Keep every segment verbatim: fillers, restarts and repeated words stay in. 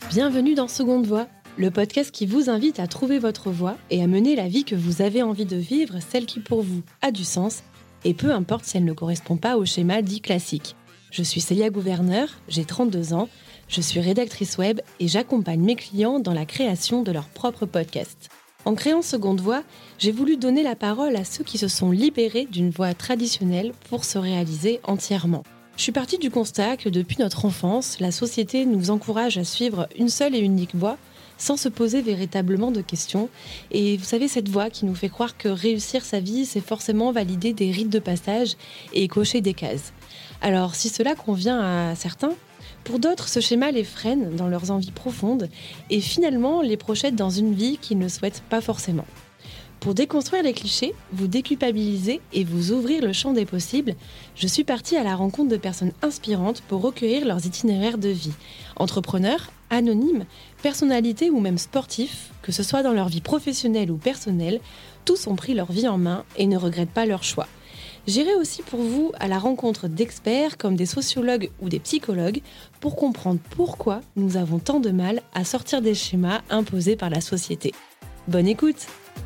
Bienvenue dans Seconde Voix, le podcast qui vous invite à trouver votre voie et à mener la vie que vous avez envie de vivre, celle qui pour vous a du sens, et peu importe si elle ne correspond pas au schéma dit classique. Je suis Célia Gouverneur, j'ai trente-deux ans, je suis rédactrice web et j'accompagne mes clients dans la création de leur propre podcast. En créant Seconde Voix, j'ai voulu donner la parole à ceux qui se sont libérés d'une voie traditionnelle pour se réaliser entièrement. Je suis partie du constat que depuis notre enfance, la société nous encourage à suivre une seule et unique voie sans se poser véritablement de questions. Et vous savez, cette voie qui nous fait croire que réussir sa vie, c'est forcément valider des rites de passage et cocher des cases. Alors, si cela convient à certains, pour d'autres, ce schéma les freine dans leurs envies profondes et finalement les projette dans une vie qu'ils ne souhaitent pas forcément. Pour déconstruire les clichés, vous déculpabiliser et vous ouvrir le champ des possibles, je suis partie à la rencontre de personnes inspirantes pour recueillir leurs itinéraires de vie. Entrepreneurs, anonymes, personnalités ou même sportifs, que ce soit dans leur vie professionnelle ou personnelle, tous ont pris leur vie en main et ne regrettent pas leur choix. J'irai aussi pour vous à la rencontre d'experts comme des sociologues ou des psychologues pour comprendre pourquoi nous avons tant de mal à sortir des schémas imposés par la société. Bonne écoute!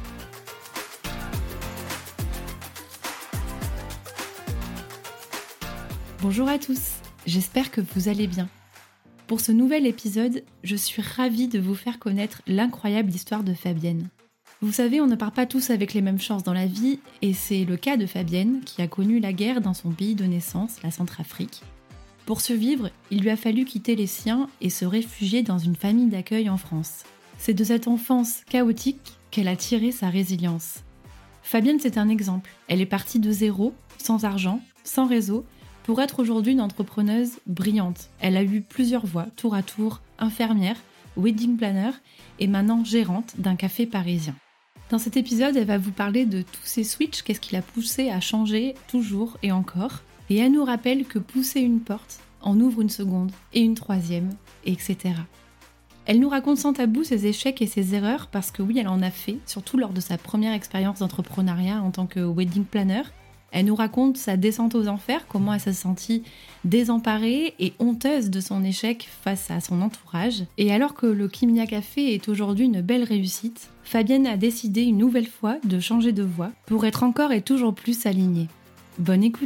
Bonjour à tous, j'espère que vous allez bien. Pour ce nouvel épisode, je suis ravie de vous faire connaître l'incroyable histoire de Fabienne. Vous savez, on ne part pas tous avec les mêmes chances dans la vie, et c'est le cas de Fabienne qui a connu la guerre dans son pays de naissance, la Centrafrique. Pour survivre, il lui a fallu quitter les siens et se réfugier dans une famille d'accueil en France. C'est de cette enfance chaotique qu'elle a tiré sa résilience. Fabienne, c'est un exemple. Elle est partie de zéro, sans argent, sans réseau, pour être aujourd'hui une entrepreneuse brillante. Elle a eu plusieurs voies, tour à tour, infirmière, wedding planner et maintenant gérante d'un café parisien. Dans cet épisode, elle va vous parler de tous ces switches, qu'est-ce qui l'a poussée à changer toujours et encore. Et elle nous rappelle que pousser une porte en ouvre une seconde et une troisième, et cetera. Elle nous raconte sans tabou ses échecs et ses erreurs parce que oui, elle en a fait, surtout lors de sa première expérience d'entrepreneuriat en tant que wedding planner. Elle nous raconte sa descente aux enfers, comment elle s'est sentie désemparée et honteuse de son échec face à son entourage. Et alors que le Kimia Café est aujourd'hui une belle réussite, Fabienne a décidé une nouvelle fois de changer de voie pour être encore et toujours plus alignée. Bonne écoute!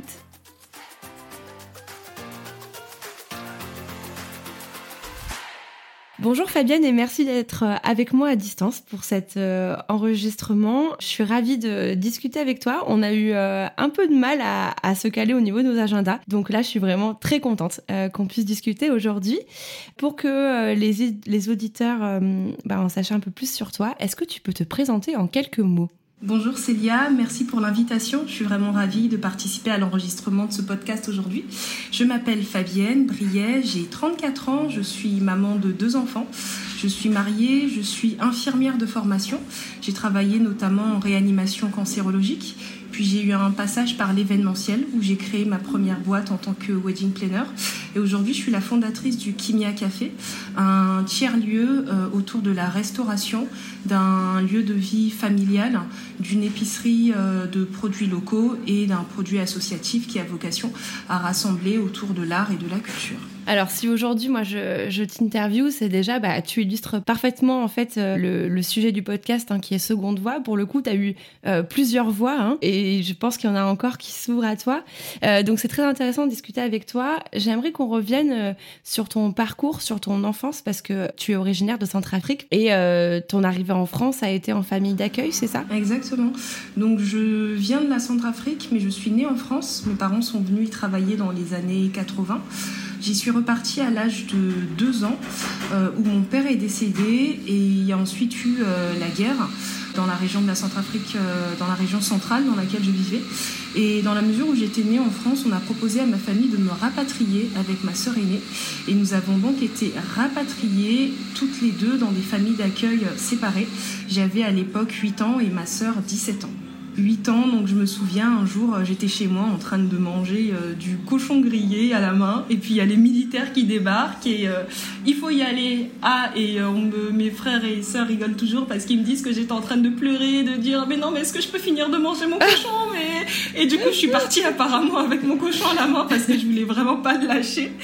Bonjour Fabienne et merci d'être avec moi à distance pour cet euh, enregistrement. Je suis ravie de discuter avec toi. On a eu euh, un peu de mal à, à se caler au niveau de nos agendas. Donc là, je suis vraiment très contente euh, qu'on puisse discuter aujourd'hui. Pour que euh, les, les auditeurs euh, bah, en sachent un peu plus sur toi, est-ce que tu peux te présenter en quelques mots ? Bonjour Célia, merci pour l'invitation. Je suis vraiment ravie de participer à l'enregistrement de ce podcast aujourd'hui. Je m'appelle Fabienne Briet, j'ai trente-quatre ans, je suis maman de deux enfants. Je suis mariée, je suis infirmière de formation. J'ai travaillé notamment en réanimation cancérologique. Puis j'ai eu un passage par l'événementiel où j'ai créé ma première boîte en tant que wedding planner. Et aujourd'hui, je suis la fondatrice du Kimia Café, un tiers-lieu euh, autour de la restauration, d'un lieu de vie familial, d'une épicerie euh, de produits locaux et d'un produit associatif qui a vocation à rassembler autour de l'art et de la culture. Alors si aujourd'hui moi je, je t'interviewe, c'est déjà bah tu illustres parfaitement en fait euh, le, le sujet du podcast hein, qui est Seconde Voix. Pour le coup, tu as eu euh, plusieurs voix hein, et je pense qu'il y en a encore qui s'ouvrent à toi. Euh, donc c'est très intéressant de discuter avec toi. J'aimerais qu'on revienne euh, sur ton parcours, sur ton enfance parce que tu es originaire de Centrafrique et euh, ton arrivée en France a été en famille d'accueil, c'est ça ? Exactement. Donc je viens de la Centrafrique mais je suis née en France. Mes parents sont venus y travailler dans les années quatre-vingts. J'y suis repartie à l'âge de deux ans euh, où mon père est décédé et il y a ensuite eu euh, la guerre dans la région de la Centrafrique, euh, dans la région centrale dans laquelle je vivais. Et dans la mesure où j'étais née en France, on a proposé à ma famille de me rapatrier avec ma sœur aînée. Et nous avons donc été rapatriées toutes les deux dans des familles d'accueil séparées. J'avais à l'époque huit ans et ma sœur dix-sept ans. huit ans, donc je me souviens, un jour, j'étais chez moi en train de manger euh, du cochon grillé à la main, et puis il y a les militaires qui débarquent, et euh, il faut y aller. Ah, et euh, on me, mes frères et sœurs rigolent toujours parce qu'ils me disent que j'étais en train de pleurer, de dire « Mais non, mais est-ce que je peux finir de manger mon cochon ?» mais... Et du coup, je suis partie apparemment avec mon cochon à la main parce que je voulais vraiment pas le lâcher.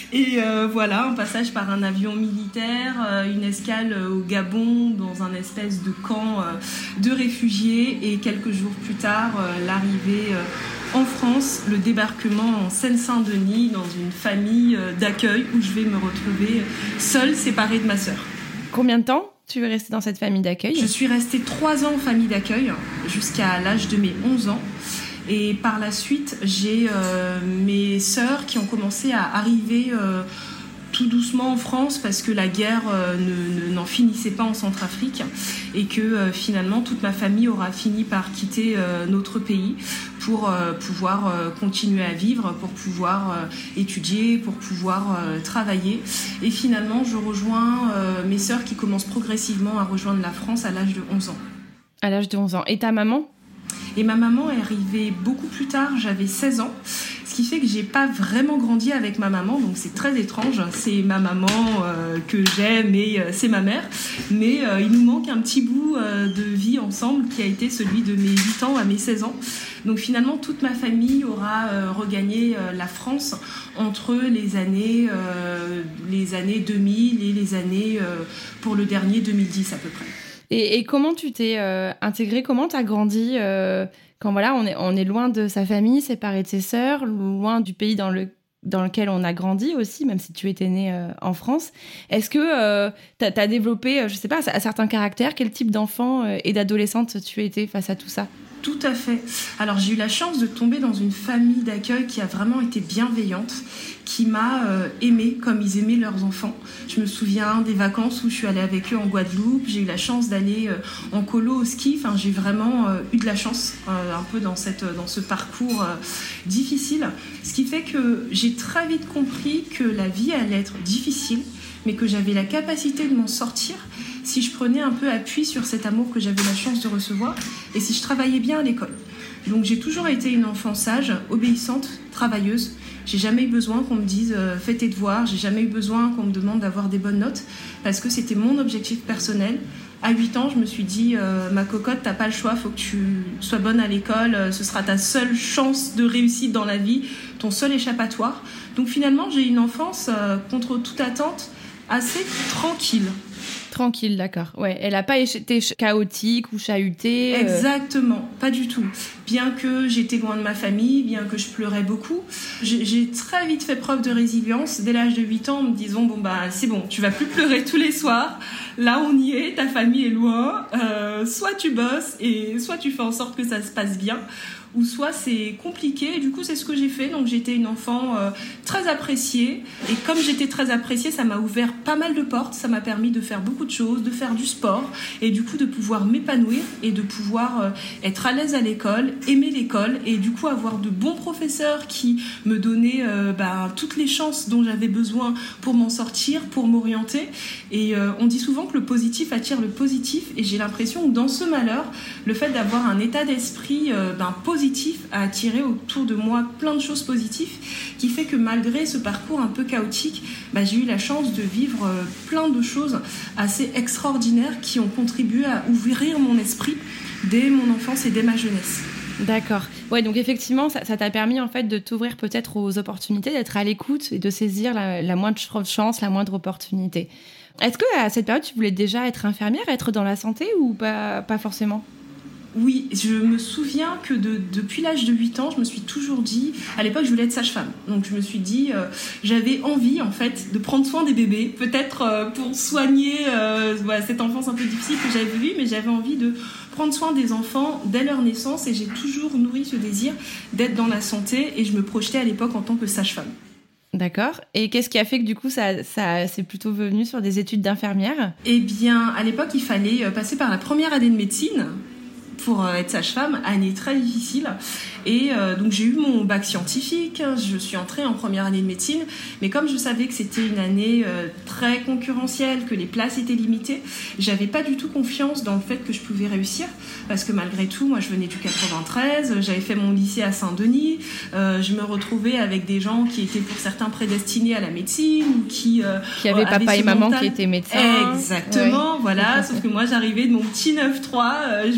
Et euh, voilà, un passage par un avion militaire, euh, une escale au Gabon dans un espèce de camp euh, de réfugiés et quelques jours plus tard, euh, l'arrivée euh, en France, le débarquement en Seine-Saint-Denis dans une famille euh, d'accueil où je vais me retrouver seule, séparée de ma sœur. Combien de temps tu es restée dans cette famille d'accueil ? Je suis restée trois ans en famille d'accueil jusqu'à l'âge de mes onze ans. Et par la suite, j'ai euh, mes sœurs qui ont commencé à arriver euh, tout doucement en France parce que la guerre euh, ne, ne, n'en finissait pas en Centrafrique et que euh, finalement toute ma famille aura fini par quitter euh, notre pays pour euh, pouvoir euh, continuer à vivre, pour pouvoir euh, étudier, pour pouvoir euh, travailler. Et finalement, je rejoins euh, mes sœurs qui commencent progressivement à rejoindre la France à l'âge de onze ans. À l'âge de onze ans. Et ta maman ? Et ma maman est arrivée beaucoup plus tard, j'avais seize ans, ce qui fait que j'ai pas vraiment grandi avec ma maman, donc c'est très étrange. C'est ma maman euh, que j'aime et euh, c'est ma mère, mais euh, il nous manque un petit bout euh, de vie ensemble qui a été celui de mes huit ans à mes seize ans. Donc finalement, toute ma famille aura euh, regagné euh, la France entre les années, euh, les années deux mille et les années, euh, pour le dernier, deux mille dix à peu près. Et, et comment tu t'es euh, intégrée ? Comment tu as grandi euh, quand voilà, on est, on est loin de sa famille, séparé de ses sœurs, loin du pays dans, le, dans lequel on a grandi aussi, même si tu étais née euh, en France. Est-ce que euh, tu as développé, je ne sais pas, à certains caractères ? Quel type d'enfant euh, et d'adolescente tu étais face à tout ça ? Tout à fait. Alors j'ai eu la chance de tomber dans une famille d'accueil qui a vraiment été bienveillante, qui m'a euh, aimée comme ils aimaient leurs enfants. Je me souviens des vacances où je suis allée avec eux en Guadeloupe. J'ai eu la chance d'aller euh, en colo au ski. Enfin, j'ai vraiment euh, eu de la chance euh, un peu dans, cette, dans ce parcours euh, difficile. Ce qui fait que j'ai très vite compris que la vie allait être difficile, mais que j'avais la capacité de m'en sortir si je prenais un peu appui sur cet amour que j'avais la chance de recevoir et si je travaillais bien à l'école. Donc j'ai toujours été une enfant sage, obéissante, travailleuse. J'ai jamais eu besoin qu'on me dise euh, fais tes devoirs, j'ai jamais eu besoin qu'on me demande d'avoir des bonnes notes parce que c'était mon objectif personnel. À huit ans, je me suis dit euh, ma cocotte, t'as pas le choix, faut que tu sois bonne à l'école, euh, ce sera ta seule chance de réussite dans la vie, ton seul échappatoire. Donc finalement, j'ai eu une enfance euh, contre toute attente assez tranquille. Tranquille, d'accord. Ouais, elle n'a pas été chaotique ou chahutée. Euh... Exactement, pas du tout. Bien que j'étais loin de ma famille, bien que je pleurais beaucoup, j'ai, j'ai très vite fait preuve de résilience. Dès l'âge de huit ans, en me disant bon bah c'est bon, tu vas plus pleurer tous les soirs. Là on y est, ta famille est loin. Euh, soit tu bosses et soit tu fais en sorte que ça se passe bien. Ou soit c'est compliqué, et du coup c'est ce que j'ai fait. Donc j'étais une enfant euh, très appréciée, et comme j'étais très appréciée, ça m'a ouvert pas mal de portes, ça m'a permis de faire beaucoup de choses, de faire du sport, et du coup de pouvoir m'épanouir, et de pouvoir euh, être à l'aise à l'école, aimer l'école, et du coup avoir de bons professeurs qui me donnaient euh, bah, toutes les chances dont j'avais besoin pour m'en sortir, pour m'orienter. Et euh, on dit souvent que le positif attire le positif, et j'ai l'impression que dans ce malheur, le fait d'avoir un état d'esprit euh, ben, positif a attiré autour de moi plein de choses positives, qui fait que malgré ce parcours un peu chaotique, bah, j'ai eu la chance de vivre euh, plein de choses assez extraordinaires qui ont contribué à ouvrir mon esprit dès mon enfance et dès ma jeunesse. D'accord. Ouais, donc effectivement, ça, ça t'a permis en fait de t'ouvrir peut-être aux opportunités, d'être à l'écoute et de saisir la, la moindre chance, la moindre opportunité. Est-ce qu'à cette période, tu voulais déjà être infirmière, être dans la santé ou pas, pas forcément ? Oui, je me souviens que de, depuis l'âge de huit ans, je me suis toujours dit, à l'époque je voulais être sage-femme, donc je me suis dit, euh, j'avais envie en fait de prendre soin des bébés, peut-être euh, pour soigner euh, voilà, cette enfance un peu difficile que j'avais vue, mais j'avais envie de prendre soin des enfants dès leur naissance, et j'ai toujours nourri ce désir d'être dans la santé, et je me projetais à l'époque en tant que sage-femme. D'accord. Et qu'est-ce qui a fait que du coup, ça, ça c'est plutôt venu sur des études d'infirmière ? Eh bien, à l'époque, il fallait passer par la première année de médecine pour être sage-femme, année très difficile. Et euh, donc j'ai eu mon bac scientifique, je suis entrée en première année de médecine, mais comme je savais que c'était une année euh, très concurrentielle, que les places étaient limitées, j'avais pas du tout confiance dans le fait que je pouvais réussir, parce que malgré tout, moi je venais du quatre-vingt-treize, j'avais fait mon lycée à Saint-Denis, euh, je me retrouvais avec des gens qui étaient pour certains prédestinés à la médecine, ou qui... Euh, qui avaient papa et maman qui étaient médecins. Exactement, ouais. Voilà, sauf que moi j'arrivais de mon petit neuf trois, euh, je vais faire médecine,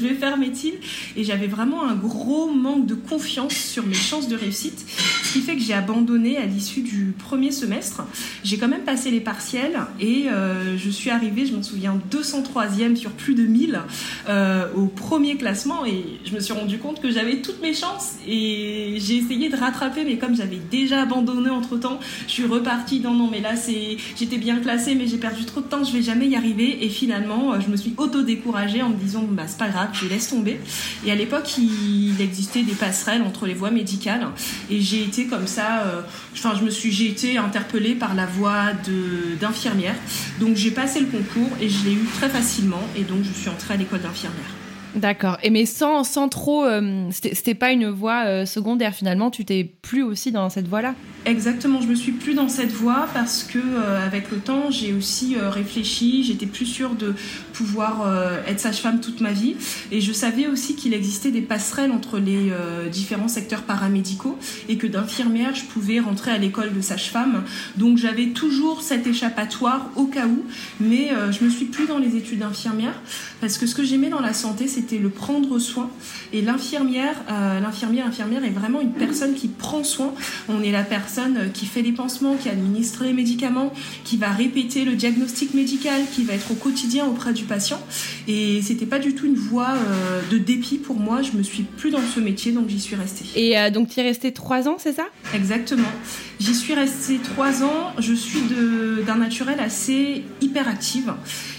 médecine et j'avais vraiment un gros manque de confiance sur mes chances de réussite, ce qui fait que j'ai abandonné à l'issue du premier semestre. J'ai quand même passé les partiels et euh, je suis arrivée, je m'en souviens, deux cent troisième sur plus de mille euh, au premier classement et je me suis rendu compte que j'avais toutes mes chances et j'ai essayé de rattraper, mais comme j'avais déjà abandonné entre temps, je suis repartie dans non mais là c'est j'étais bien classée mais j'ai perdu trop de temps, je vais jamais y arriver et finalement je me suis auto-découragée en me disant bah c'est pas grave, je laisse tomber. Et à l'époque il existait des passerelles entre les voies médicales et j'ai été comme ça, euh, enfin je me suis j'ai été interpellée par la voie de, d'infirmière, donc j'ai passé le concours et je l'ai eu très facilement et donc je suis entrée à l'école d'infirmière. D'accord. Et mais sans, sans trop... Euh, c'était, c'était pas une voie euh, secondaire, finalement. Tu t'es plus aussi dans cette voie-là ? Exactement. Je me suis plus dans cette voie parce que euh, avec le temps, j'ai aussi euh, réfléchi. J'étais plus sûre de pouvoir euh, être sage-femme toute ma vie. Et je savais aussi qu'il existait des passerelles entre les euh, différents secteurs paramédicaux et que d'infirmière, je pouvais rentrer à l'école de sage-femme. Donc j'avais toujours cet échappatoire au cas où. Mais euh, je me suis plus dans les études d'infirmière parce que ce que j'aimais dans la santé, c'est c'était le prendre soin. Et l'infirmière, euh, l'infirmière, infirmière est vraiment une personne qui prend soin. On est la personne qui fait les pansements, qui administre les médicaments, qui va répéter le diagnostic médical, qui va être au quotidien auprès du patient. Et c'était pas du tout une voie euh, de dépit pour moi. Je me suis plus dans ce métier, donc j'y suis restée. Et euh, donc tu y es restée trois ans, c'est ça ? Exactement. J'y suis restée trois ans. Je suis de, d'un naturel assez hyperactive.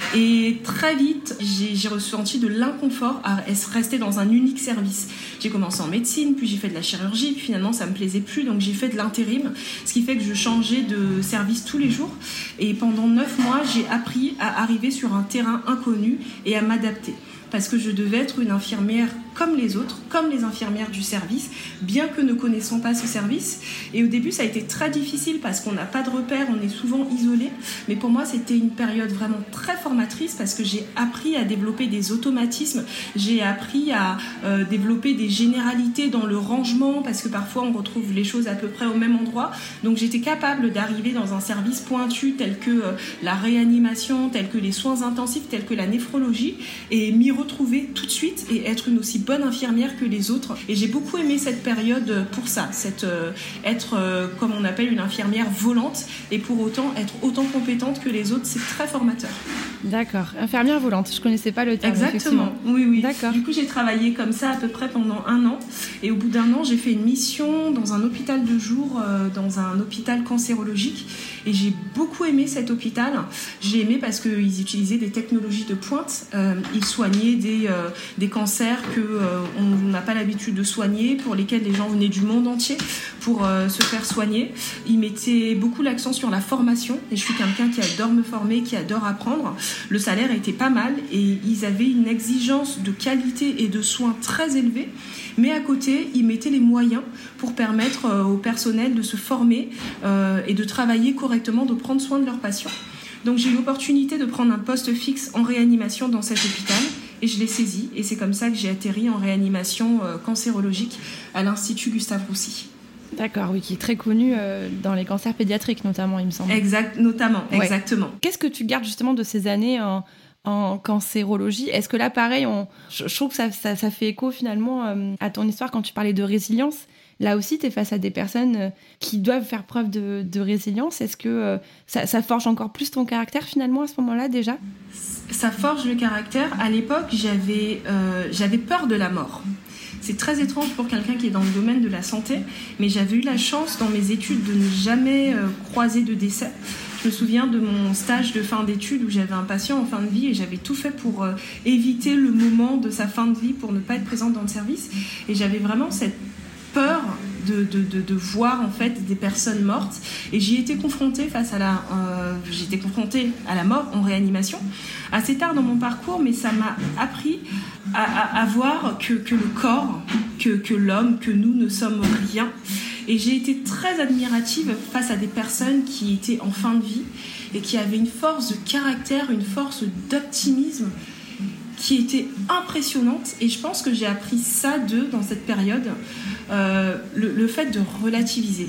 Et très vite, j'ai, j'ai ressenti de l'inconfort à rester dans un unique service. J'ai commencé en médecine, puis j'ai fait de la chirurgie, puis finalement ça me plaisait plus, donc j'ai fait de l'intérim, ce qui fait que je changeais de service tous les jours. Et pendant neuf mois, j'ai appris à arriver sur un terrain inconnu et à m'adapter. Parce que je devais être une infirmière comme les autres, comme les infirmières du service, bien que ne connaissant pas ce service. Et au début, ça a été très difficile parce qu'on n'a pas de repères, on est souvent isolé. Mais pour moi, c'était une période vraiment très formatrice parce que j'ai appris à développer des automatismes, j'ai appris à euh, développer des généralités dans le rangement parce que parfois, on retrouve les choses à peu près au même endroit. Donc, j'étais capable d'arriver dans un service pointu tel que euh, la réanimation, tel que les soins intensifs, tel que la néphrologie et m'y retrouver tout de suite et être une aussi bonne infirmière que les autres. Et j'ai beaucoup aimé cette période pour ça, cette, euh, être euh, comme on appelle une infirmière volante et pour autant être autant compétente que les autres, c'est très formateur. D'accord, infirmière volante, je connaissais pas le terme. Exactement, oui, oui. D'accord. Du coup, j'ai travaillé comme ça à peu près pendant un an et au bout d'un an, j'ai fait une mission dans un hôpital de jour, euh, dans un hôpital cancérologique et j'ai beaucoup aimé cet hôpital. J'ai aimé parce qu'ils utilisaient des technologies de pointe, euh, ils soignaient des, euh, des cancers que euh, on n'a pas l'habitude de soigner, pour lesquels les gens venaient du monde entier pour euh, se faire soigner. Ils mettaient beaucoup l'accent sur la formation et je suis quelqu'un qui adore me former, qui adore apprendre. Le salaire était pas mal et ils avaient une exigence de qualité et de soins très élevée, mais à côté, ils mettaient les moyens pour permettre euh, au personnel de se former euh, et de travailler correctement, de prendre soin de leurs patients. Donc j'ai eu l'opportunité de prendre un poste fixe en réanimation dans cet hôpital et je l'ai saisi et c'est comme ça que j'ai atterri en réanimation euh, cancérologique à l'Institut Gustave Roussy. D'accord, oui, qui est très connu euh, dans les cancers pédiatriques notamment, il me semble. Exact, notamment, ouais. Exactement. Qu'est-ce que tu gardes justement de ces années en, en cancérologie ? Est-ce que là, pareil, on, je, je trouve que ça, ça, ça fait écho finalement euh, à ton histoire quand tu parlais de résilience. Là aussi, tu es face à des personnes euh, qui doivent faire preuve de, de résilience. Est-ce que euh, ça, ça forge encore plus ton caractère finalement à ce moment-là déjà ? Ça forge le caractère. À l'époque, j'avais, euh, j'avais peur de la mort. C'est très étrange pour quelqu'un qui est dans le domaine de la santé, mais j'avais eu la chance dans mes études de ne jamais euh, croiser de décès. Je me souviens de mon stage de fin d'études où j'avais un patient en fin de vie et j'avais tout fait pour euh, éviter le moment de sa fin de vie pour ne pas être présente dans le service. Et j'avais vraiment cette peur de, de, de, de voir en fait des personnes mortes et j'y étais confrontée face à la euh, j'ai été confrontée à la mort en réanimation assez tard dans mon parcours, mais ça m'a appris à, à, à voir que, que le corps, que, que l'homme, que nous ne sommes rien. Et j'ai été très admirative face à des personnes qui étaient en fin de vie et qui avaient une force de caractère, une force d'optimisme qui était impressionnante. Et je pense que j'ai appris ça d'eux dans cette période, euh, le, le fait de relativiser.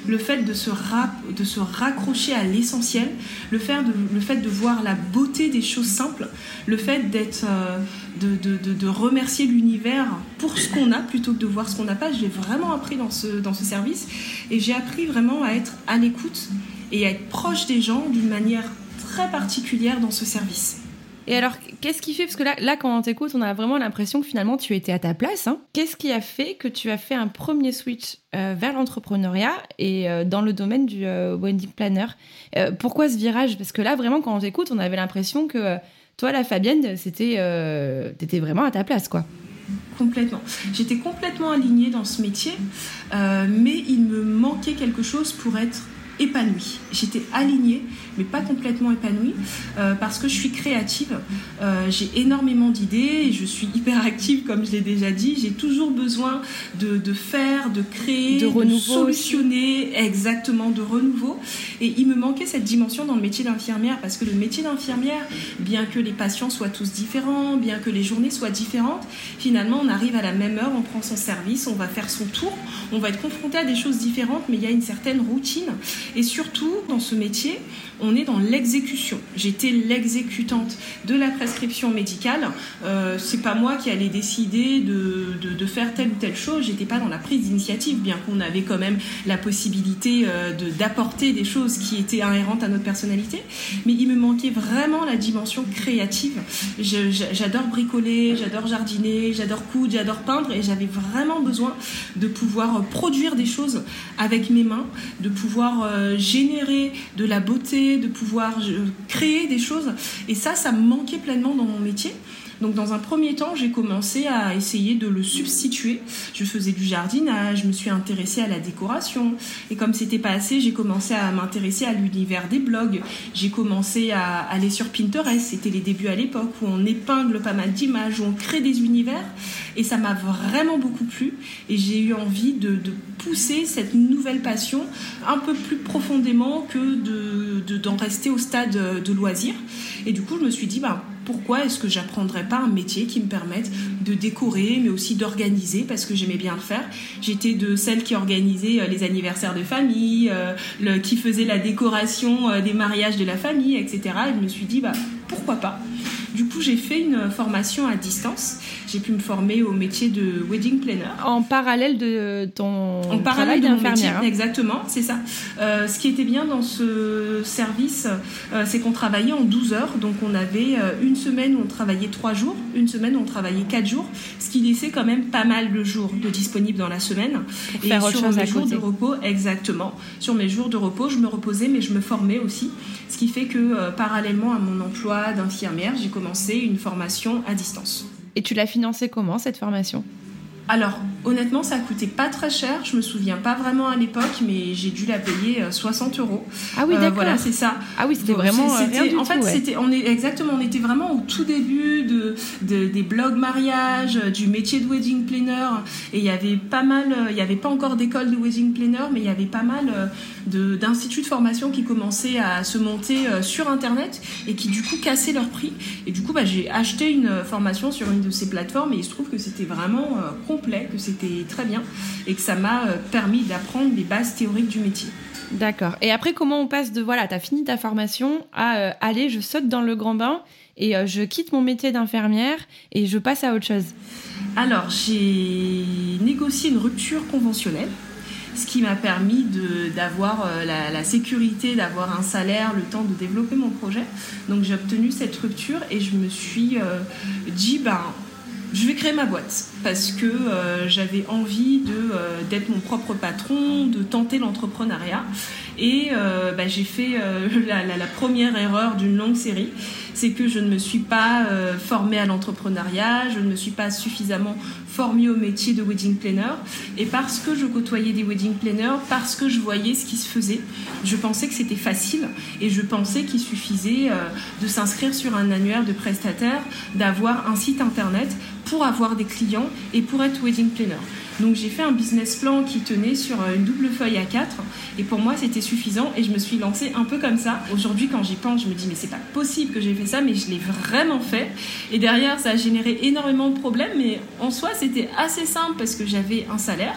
le fait de se, ra- de se raccrocher à l'essentiel, le fait, de, le fait de voir la beauté des choses simples, le fait d'être, euh, de, de, de, de remercier l'univers pour ce qu'on a plutôt que de voir ce qu'on n'a pas. Je l'ai vraiment appris dans ce, dans ce service et j'ai appris vraiment à être à l'écoute et à être proche des gens d'une manière très particulière dans ce service. Et alors, qu'est-ce qui fait, parce que là, là quand on t'écoute, on a vraiment l'impression que finalement tu étais à ta place, hein. Qu'est-ce qui a fait que tu as fait un premier switch euh, vers l'entrepreneuriat et euh, dans le domaine du euh, wedding planner? euh, Pourquoi ce virage? Parce que là, vraiment, quand on t'écoute, on avait l'impression que euh, toi, la Fabienne, c'était, euh, t'étais vraiment à ta place, quoi. Complètement. J'étais complètement alignée dans ce métier, euh, mais il me manquait quelque chose pour être épanouie. J'étais alignée, mais pas complètement épanouie, euh, parce que je suis créative. Euh, j'ai énormément d'idées et je suis hyper active, comme je l'ai déjà dit. J'ai toujours besoin de, de faire, de créer, de, de solutionner, exactement, de renouveau. Et il me manquait cette dimension dans le métier d'infirmière, parce que le métier d'infirmière, bien que les patients soient tous différents, bien que les journées soient différentes, finalement, on arrive à la même heure, on prend son service, on va faire son tour, on va être confronté à des choses différentes, mais il y a une certaine routine. Et surtout, dans ce métier, on est dans l'exécution. J'étais l'exécutante de la prescription médicale. Euh, c'est pas moi qui allais décider de, de, de faire telle ou telle chose. J'étais pas dans la prise d'initiative, bien qu'on avait quand même la possibilité euh, de, d'apporter des choses qui étaient inhérentes à notre personnalité. Mais il me manquait vraiment la dimension créative. Je, j'adore bricoler, j'adore jardiner, j'adore coudre, j'adore peindre, et j'avais vraiment besoin de pouvoir produire des choses avec mes mains, de pouvoir euh, générer de la beauté, de pouvoir créer des choses. Et ça, ça me manquait pleinement dans mon métier. Donc dans un premier temps, j'ai commencé à essayer de le substituer. Je faisais du jardinage, je me suis intéressée à la décoration. Et comme c'était pas assez, j'ai commencé à m'intéresser à l'univers des blogs. J'ai commencé à aller sur Pinterest. C'était les débuts à l'époque où on épingle pas mal d'images, où on crée des univers. Et ça m'a vraiment beaucoup plu. Et j'ai eu envie de, de pousser cette nouvelle passion un peu plus profondément que de, de, d'en rester au stade de loisir. Et du coup, je me suis dit, bah, pourquoi est-ce que j'apprendrais pas un métier qui me permette de décorer, mais aussi d'organiser, parce que j'aimais bien le faire. J'étais de celles qui organisaient les anniversaires de famille, euh, le, qui faisait la décoration euh, des mariages de la famille, et cetera. Et je me suis dit, bah, pourquoi pas ? Du coup, j'ai fait une formation à distance. J'ai pu me former au métier de wedding planner. En parallèle de ton en travail parallèle de mon métier, hein. Exactement, c'est ça. Euh, ce qui était bien dans ce service, euh, c'est qu'on travaillait en douze heures. Donc, on avait euh, une semaine où on travaillait trois jours, une semaine où on travaillait quatre jours, ce qui laissait quand même pas mal de jours de disponibles dans la semaine. Pour et faire autre sur chose mes à jours côté. de repos, exactement. Sur mes jours de repos, je me reposais, mais je me formais aussi. Ce qui fait que, euh, parallèlement à mon emploi d'infirmière, j'ai commencé une formation à distance. Et tu l'as financée comment, cette formation ? Alors, honnêtement, ça coûtait pas très cher. Je me souviens pas vraiment à l'époque, mais j'ai dû la payer soixante euros. Ah oui, d'accord. Euh, voilà, c'est ça. Ah oui, c'était vraiment c'était, rien du en tout, fait, ouais. c'était, on est exactement, on était vraiment au tout début de, de des blogs mariage, du métier de wedding planner. Et il y avait pas mal, il y avait pas encore d'école de wedding planner, mais il y avait pas mal de d'instituts de formation qui commençaient à se monter sur Internet et qui du coup cassaient leur prix. Et du coup, bah, j'ai acheté une formation sur une de ces plateformes et il se trouve que c'était vraiment euh, complet, que c'était très bien et que ça m'a euh, permis d'apprendre les bases théoriques du métier. D'accord. Et après, comment on passe de, voilà, t'as fini ta formation à euh, allez, je saute dans le grand bain et euh, je quitte mon métier d'infirmière et je passe à autre chose? Alors, j'ai négocié une rupture conventionnelle, ce qui m'a permis de, d'avoir euh, la, la sécurité, d'avoir un salaire, le temps de développer mon projet. Donc, j'ai obtenu cette rupture et je me suis euh, dit, ben, je vais créer ma boîte parce que euh, j'avais envie de, euh, d'être mon propre patron, de tenter l'entrepreneuriat. Et euh, bah, j'ai fait euh, la, la, la première erreur d'une longue série, c'est que je ne me suis pas euh, formée à l'entrepreneuriat, je ne me suis pas suffisamment formée au métier de wedding planner. Et parce que je côtoyais des wedding planners, parce que je voyais ce qui se faisait, je pensais que c'était facile et je pensais qu'il suffisait euh, de s'inscrire sur un annuaire de prestataires, d'avoir un site internet pour avoir des clients et pour être wedding planner. Donc j'ai fait un business plan qui tenait sur une double feuille A quatre et pour moi c'était suffisant et je me suis lancée un peu comme ça. Aujourd'hui quand j'y pense je me dis mais c'est pas possible que j'ai fait ça, mais je l'ai vraiment fait et derrière ça a généré énormément de problèmes, mais en soi c'était assez simple parce que j'avais un salaire,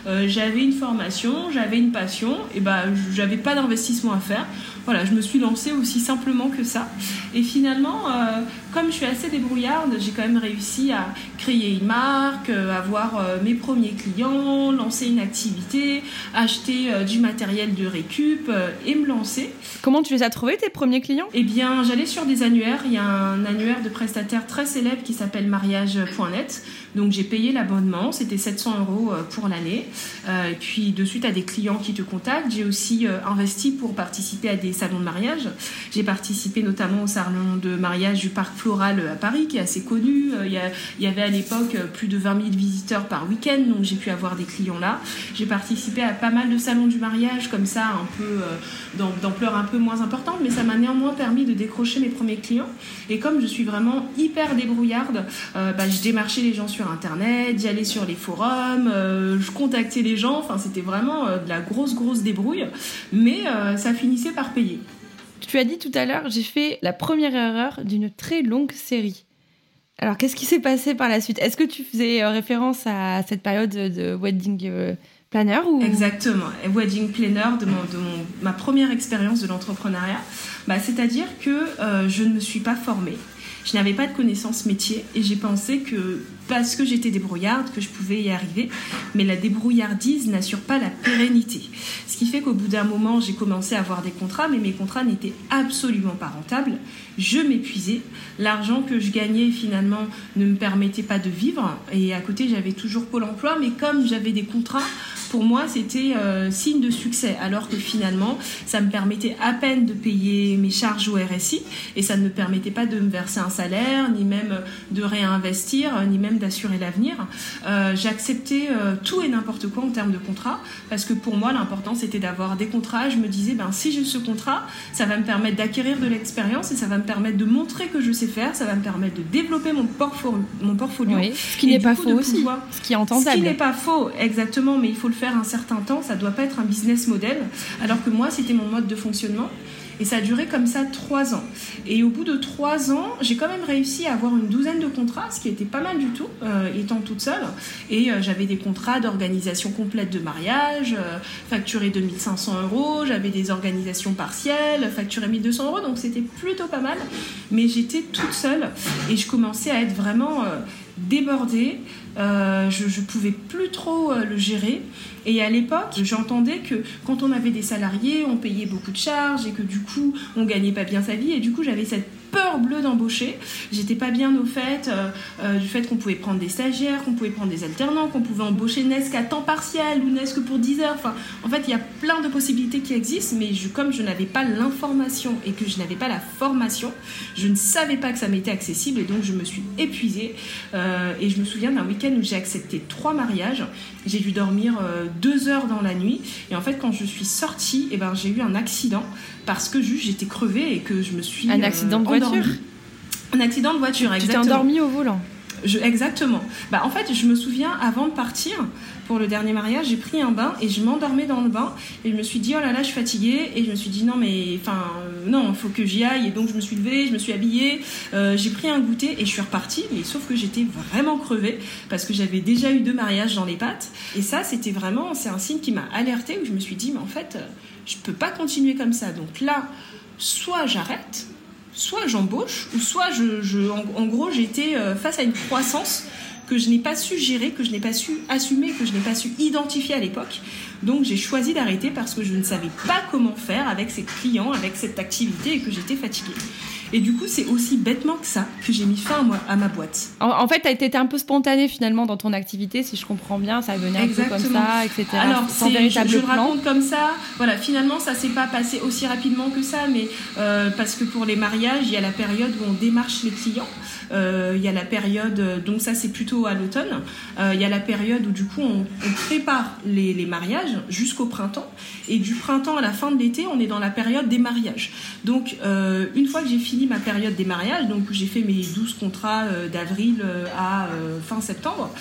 euh, j'avais une formation, j'avais une passion, et ben j'avais pas d'investissement à faire. Voilà, je me suis lancée aussi simplement que ça. Et finalement, euh, comme je suis assez débrouillarde, j'ai quand même réussi à créer une marque, euh, avoir euh, mes premiers clients, lancer une activité, acheter euh, du matériel de récup euh, et me lancer. Comment tu les as trouvés, tes premiers clients ? Eh bien, j'allais sur des annuaires. Il y a un annuaire de prestataires très célèbre qui s'appelle mariage point net. Donc, j'ai payé l'abonnement. C'était sept cents euros pour l'année. Euh, et puis, de suite, à des clients qui te contactent. J'ai aussi euh, investi pour participer à des salons de mariage. J'ai participé notamment au salon de mariage du Parc Floral à Paris, qui est assez connu. Euh, il, y a, il y avait à l'époque plus de vingt mille visiteurs par week-end. Donc, j'ai pu avoir des clients là. J'ai participé à pas mal de salons du mariage, comme ça, un peu euh, d'ampleur un peu moins importante. Mais ça m'a néanmoins permis de décrocher mes premiers clients. Et comme je suis vraiment hyper débrouillarde, euh, bah, je démarchais les gens sur Internet, j'allais sur les forums, euh, je contactais les gens. Enfin, c'était vraiment euh, de la grosse, grosse débrouille. Mais euh, ça finissait par payer. Tu as dit tout à l'heure, j'ai fait la première erreur d'une très longue série. Alors, qu'est-ce qui s'est passé par la suite ? Est-ce que tu faisais euh, référence à cette période de wedding euh, planner ou... Exactement, wedding planner de, mon, de mon, ma première expérience de l'entrepreneuriat. Bah, c'est-à-dire que euh, je ne me suis pas formée. Je n'avais pas de connaissances métier et j'ai pensé que parce que j'étais débrouillarde, que je pouvais y arriver. Mais la débrouillardise n'assure pas la pérennité. Ce qui fait qu'au bout d'un moment, j'ai commencé à avoir des contrats, mais mes contrats n'étaient absolument pas rentables. Je m'épuisais. L'argent que je gagnais, finalement, ne me permettait pas de vivre. Et à côté, j'avais toujours Pôle emploi, mais comme j'avais des contrats, pour moi, c'était euh, signe de succès. Alors que finalement, ça me permettait à peine de payer mes charges au R S I et ça ne me permettait pas de me verser un salaire, ni même de réinvestir, ni même d'assurer l'avenir. Euh, j'acceptais euh, tout et n'importe quoi en termes de contrat parce que pour moi, l'important, c'était d'avoir des contrats. Je me disais, ben, si j'ai ce contrat, ça va me permettre d'acquérir de l'expérience et ça va me permettre de montrer que je sais faire, ça va me permettre de développer mon, portfolio. Mon portfolio oui, ce qui n'est pas faux aussi, pouvoir... ce qui est entendable. Ce qui n'est pas faux, exactement, mais il faut le faire un certain temps, ça ne doit pas être un business model, alors que moi, c'était mon mode de fonctionnement. Et ça a duré comme ça trois ans. Et au bout de trois ans, j'ai quand même réussi à avoir une douzaine de contrats, ce qui était pas mal du tout, euh, étant toute seule. Et euh, j'avais des contrats d'organisation complète de mariage, euh, facturés deux mille cinq cents euros. J'avais des organisations partielles, facturées mille deux cents euros. Donc c'était plutôt pas mal. Mais j'étais toute seule et je commençais à être vraiment euh, débordée. Euh, je ne pouvais plus trop euh, le gérer. Et à l'époque, j'entendais que quand on avait des salariés, on payait beaucoup de charges et que du coup, on gagnait pas bien sa vie. Et du coup, j'avais cette peur bleue d'embaucher. J'étais pas bien au fait euh, euh, du fait qu'on pouvait prendre des stagiaires, qu'on pouvait prendre des alternants, qu'on pouvait embaucher n'est-ce qu'à temps partiel ou n'est-ce que pour dix heures. Enfin, en fait, il y a plein de possibilités qui existent, mais je, comme je n'avais pas l'information et que je n'avais pas la formation, je ne savais pas que ça m'était accessible et donc je me suis épuisée. Euh, et je me souviens d'un week-end où j'ai accepté trois mariages. J'ai dû dormir euh, deux heures dans la nuit. Et en fait, quand je suis sortie, eh ben, j'ai eu un accident parce que juste j'étais crevée et que je me suis un accident de voiture. Endormie. Un accident de voiture, tu exactement. Tu t'es endormie au volant. Je, exactement. Bah, en fait, je me souviens, avant de partir pour le dernier mariage, j'ai pris un bain et je m'endormais dans le bain et je me suis dit, oh là là, je suis fatiguée. Et je me suis dit, non, mais enfin, euh, non, il faut que j'y aille. Et donc, je me suis levée, je me suis habillée, euh, j'ai pris un goûter et je suis repartie. Mais sauf que j'étais vraiment crevée parce que j'avais déjà eu deux mariages dans les pattes. Et ça, c'était vraiment, c'est un signe qui m'a alertée où je me suis dit, mais en fait, euh, je peux pas continuer comme ça. Donc là, soit j'arrête, soit j'embauche, ou soit je, je en, en gros j'étais face à une croissance que je n'ai pas su gérer, que je n'ai pas su assumer, que je n'ai pas su identifier à l'époque. Donc j'ai choisi d'arrêter parce que je ne savais pas comment faire avec ces clients, avec cette activité et que j'étais fatiguée. Et du coup, c'est aussi bêtement que ça que j'ai mis fin à, moi, à ma boîte. En, en fait, tu as été un peu spontanée finalement dans ton activité, si je comprends bien, ça venait un Exactement. peu comme ça, et cetera. Alors, sans véritable je, je plan. le raconte comme ça. Voilà, finalement, ça s'est pas passé aussi rapidement que ça, mais euh, parce que pour les mariages, il y a la période où on démarche les clients. Euh, il y a la période, donc ça c'est plutôt à l'automne. Euh, il y a la période où du coup on, on prépare les, les mariages jusqu'au printemps. Et du printemps à la fin de l'été, on est dans la période des mariages. Donc euh, une fois que j'ai fini ma période des mariages, donc j'ai fait mes douze contrats euh, d'avril à euh, fin septembre,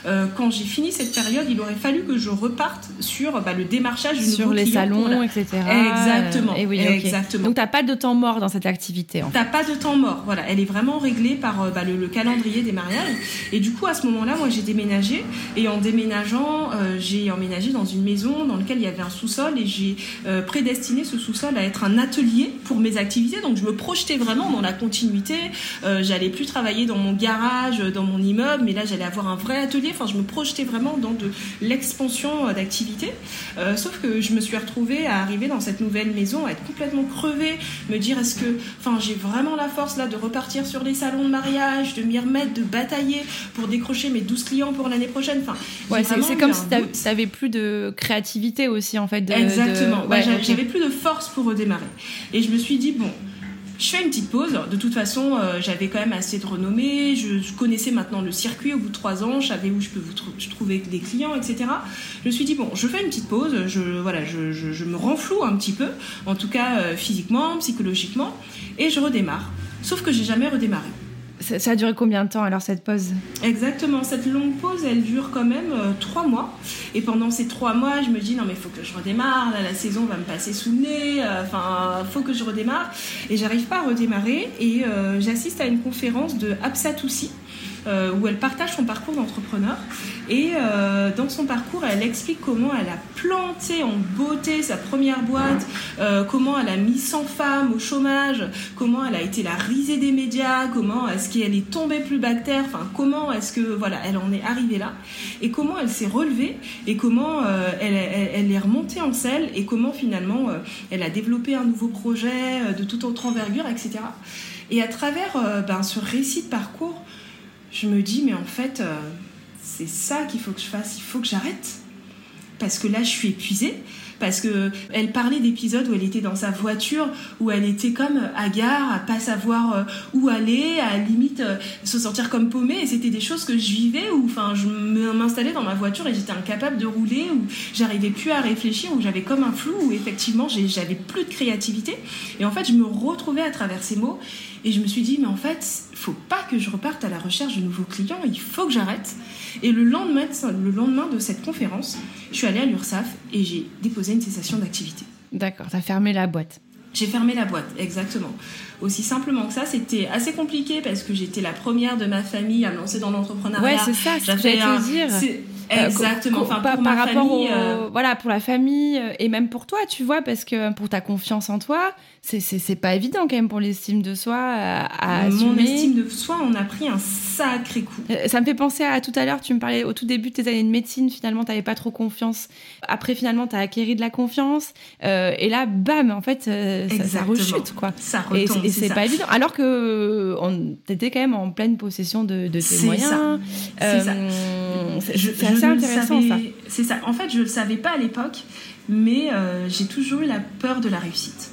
euh, quand j'ai fini cette période, il aurait fallu que je reparte sur bah, le démarchage du nouveau sur les client salons, la... et cetera. Exactement. Et oui, okay. Exactement. Donc, tu n'as pas de temps mort dans cette activité. En fait. Tu n'as pas de temps mort. Voilà. Elle est vraiment réglée par bah, le, le calendrier des mariages. Et du coup, à ce moment-là, moi, j'ai déménagé. Et en déménageant, euh, j'ai emménagé dans une maison dans laquelle il y avait un sous-sol. Et j'ai euh, prédestiné ce sous-sol à être un atelier pour mes activités. Donc, je me projetais vraiment dans la continuité. Euh, j'allais plus travailler dans mon garage, dans mon immeuble. Mais là, j'allais avoir un vrai atelier. Enfin, je me projetais vraiment dans de l'expansion d'activité. Euh, sauf que je me suis retrouvée à arriver dans cette nouvelle maison, à être complètement crevée, me dire est-ce que, enfin, j'ai vraiment la force là de repartir sur les salons de mariage, de m'y remettre, de batailler pour décrocher mes douze clients pour l'année prochaine. Enfin, ouais, c'est, c'est comme si tu avais plus de créativité aussi en fait. De, Exactement. De... Ouais, ouais, j'avais, okay. j'avais plus de force pour redémarrer. Et je me suis dit bon. Je fais une petite pause. De toute façon, euh, j'avais quand même assez de renommée. Je, je connaissais maintenant le circuit au bout de trois ans. Je savais où je peux vous tr- je trouvais des clients, et cetera. Je me suis dit, bon, je fais une petite pause. Je, voilà, je, je, je me renfloue un petit peu, en tout cas euh, physiquement, psychologiquement, et je redémarre. Sauf que j'ai jamais redémarré. Ça, ça a duré combien de temps alors cette pause ? Exactement, cette longue pause elle dure quand même euh, trois mois et pendant ces trois mois je me dis non mais il faut que je redémarre, là, la saison va me passer sous le nez, enfin euh, faut que je redémarre et j'arrive pas à redémarrer et euh, j'assiste à une conférence de Absa Toussi euh, où elle partage son parcours d'entrepreneur et euh, dans son parcours elle explique comment elle a planté en beauté sa première boîte, euh, comment elle a mis cent femmes au chômage, comment elle a été la risée des médias, comment est-ce qu'elle est tombée plus bas que terre, enfin comment est-ce que voilà elle en est arrivée là et comment elle s'est relevée et comment euh, elle, elle, elle est remontée en selle et comment finalement euh, elle a développé un nouveau projet euh, de toute autre envergure, et cetera. Et à travers euh, ben, ce récit de parcours, je me dis mais en fait euh, c'est ça qu'il faut que je fasse, il faut que j'arrête parce que là je suis épuisée, parce que elle parlait d'épisodes où elle était dans sa voiture, où elle était comme hagard, à pas savoir où aller, à limite se sentir comme paumée, et c'était des choses que je vivais où enfin je m'installais dans ma voiture et j'étais incapable de rouler, où j'arrivais plus à réfléchir, où j'avais comme un flou, où effectivement j'avais plus de créativité et en fait je me retrouvais à travers ces mots et je me suis dit mais en fait faut pas que je reparte à la recherche de nouveaux clients, il faut que j'arrête. Et le lendemain, le lendemain de cette conférence, je suis allée à l'URSSAF et j'ai déposé une cessation d'activité. D'accord, t'as fermé la boîte. J'ai fermé la boîte, exactement. Aussi simplement que ça, c'était assez compliqué parce que j'étais la première de ma famille à me lancer dans l'entrepreneuriat. Ouais, c'est ça, c'est ce que j'allais te dire. C'est... Exactement. Enfin, par, pour par ma rapport famille, au, euh... voilà, pour la famille et même pour toi, tu vois, parce que pour ta confiance en toi, c'est c'est c'est pas évident quand même pour l'estime de soi à, à Mon assumer. estime de soi, on a pris un sacré coup. Ça me fait penser à tout à l'heure, tu me parlais au tout début de tes années de médecine, finalement t'avais pas trop confiance. Après finalement t'as acquéri de la confiance euh, et là bam, en fait euh, ça, ça rechute quoi. Ça retombe, et, et c'est, c'est ça. pas évident. Alors que on, t'étais quand même en pleine possession de, de tes c'est moyens. Ça. Euh, c'est ça. C'est, je, c'est assez intéressant savais, ça. C'est ça. En fait, je le savais pas à l'époque, mais euh, j'ai toujours eu la peur de la réussite.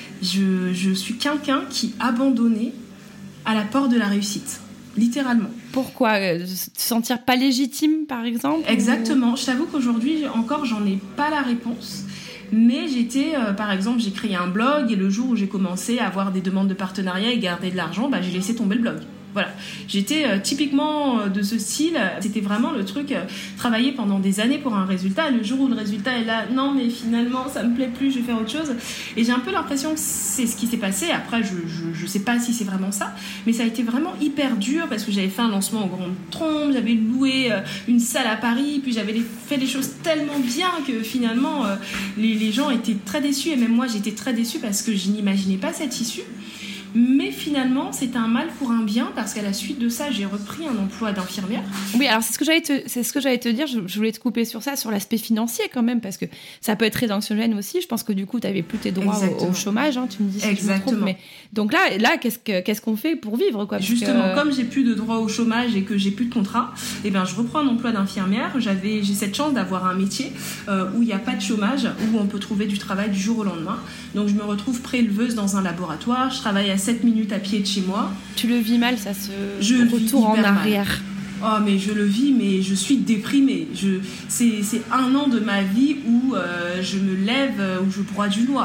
Je, je suis quelqu'un qui abandonnait à la peur de la réussite, littéralement. Pourquoi ? Se sentir pas légitime, par exemple ? Exactement. Ou... Je t'avoue qu'aujourd'hui, encore, j'en ai pas la réponse. Mais j'étais, euh, par exemple, j'ai créé un blog et le jour où j'ai commencé à avoir des demandes de partenariat et garder de l'argent, bah, j'ai laissé tomber le blog. Voilà, j'étais euh, typiquement de ce style. C'était vraiment le truc, euh, travailler pendant des années pour un résultat. Le jour où le résultat est là, non mais finalement ça me plaît plus, je vais faire autre chose. Et j'ai un peu l'impression que c'est ce qui s'est passé. Après, je, je, je sais pas si c'est vraiment ça, mais ça a été vraiment hyper dur parce que j'avais fait un lancement en grande trompe, j'avais loué euh, une salle à Paris, puis j'avais fait les choses tellement bien que finalement euh, les, les gens étaient très déçus et même moi j'étais très déçue parce que je n'imaginais pas cette issue. Mais finalement, c'est un mal pour un bien parce qu'à la suite de ça, j'ai repris un emploi d'infirmière. Oui, alors c'est ce que j'allais te, c'est ce que j'allais te dire. Je, je voulais te couper sur ça, sur l'aspect financier quand même, parce que ça peut être très anxiogène aussi. Je pense que du coup, tu n'avais plus tes droits au, au chômage. Hein, tu me dis si Exactement. je me trompe. Mais donc là, là, qu'est-ce que, qu'est-ce qu'on fait pour vivre quoi, parce Justement, que... comme j'ai plus de droits au chômage et que j'ai plus de contrat, eh ben je reprends un emploi d'infirmière. J'avais, j'ai cette chance d'avoir un métier euh, où il n'y a pas de chômage, où on peut trouver du travail du jour au lendemain. Donc je me retrouve préleveuse dans un laboratoire. Je travaille à sept minutes à pied de chez moi. Tu le vis mal, ça se je retourne en arrière. Mal. Oh mais je le vis, mais je suis déprimée. Je, c'est, c'est un an de ma vie où euh, je me lève, où je broie du noir.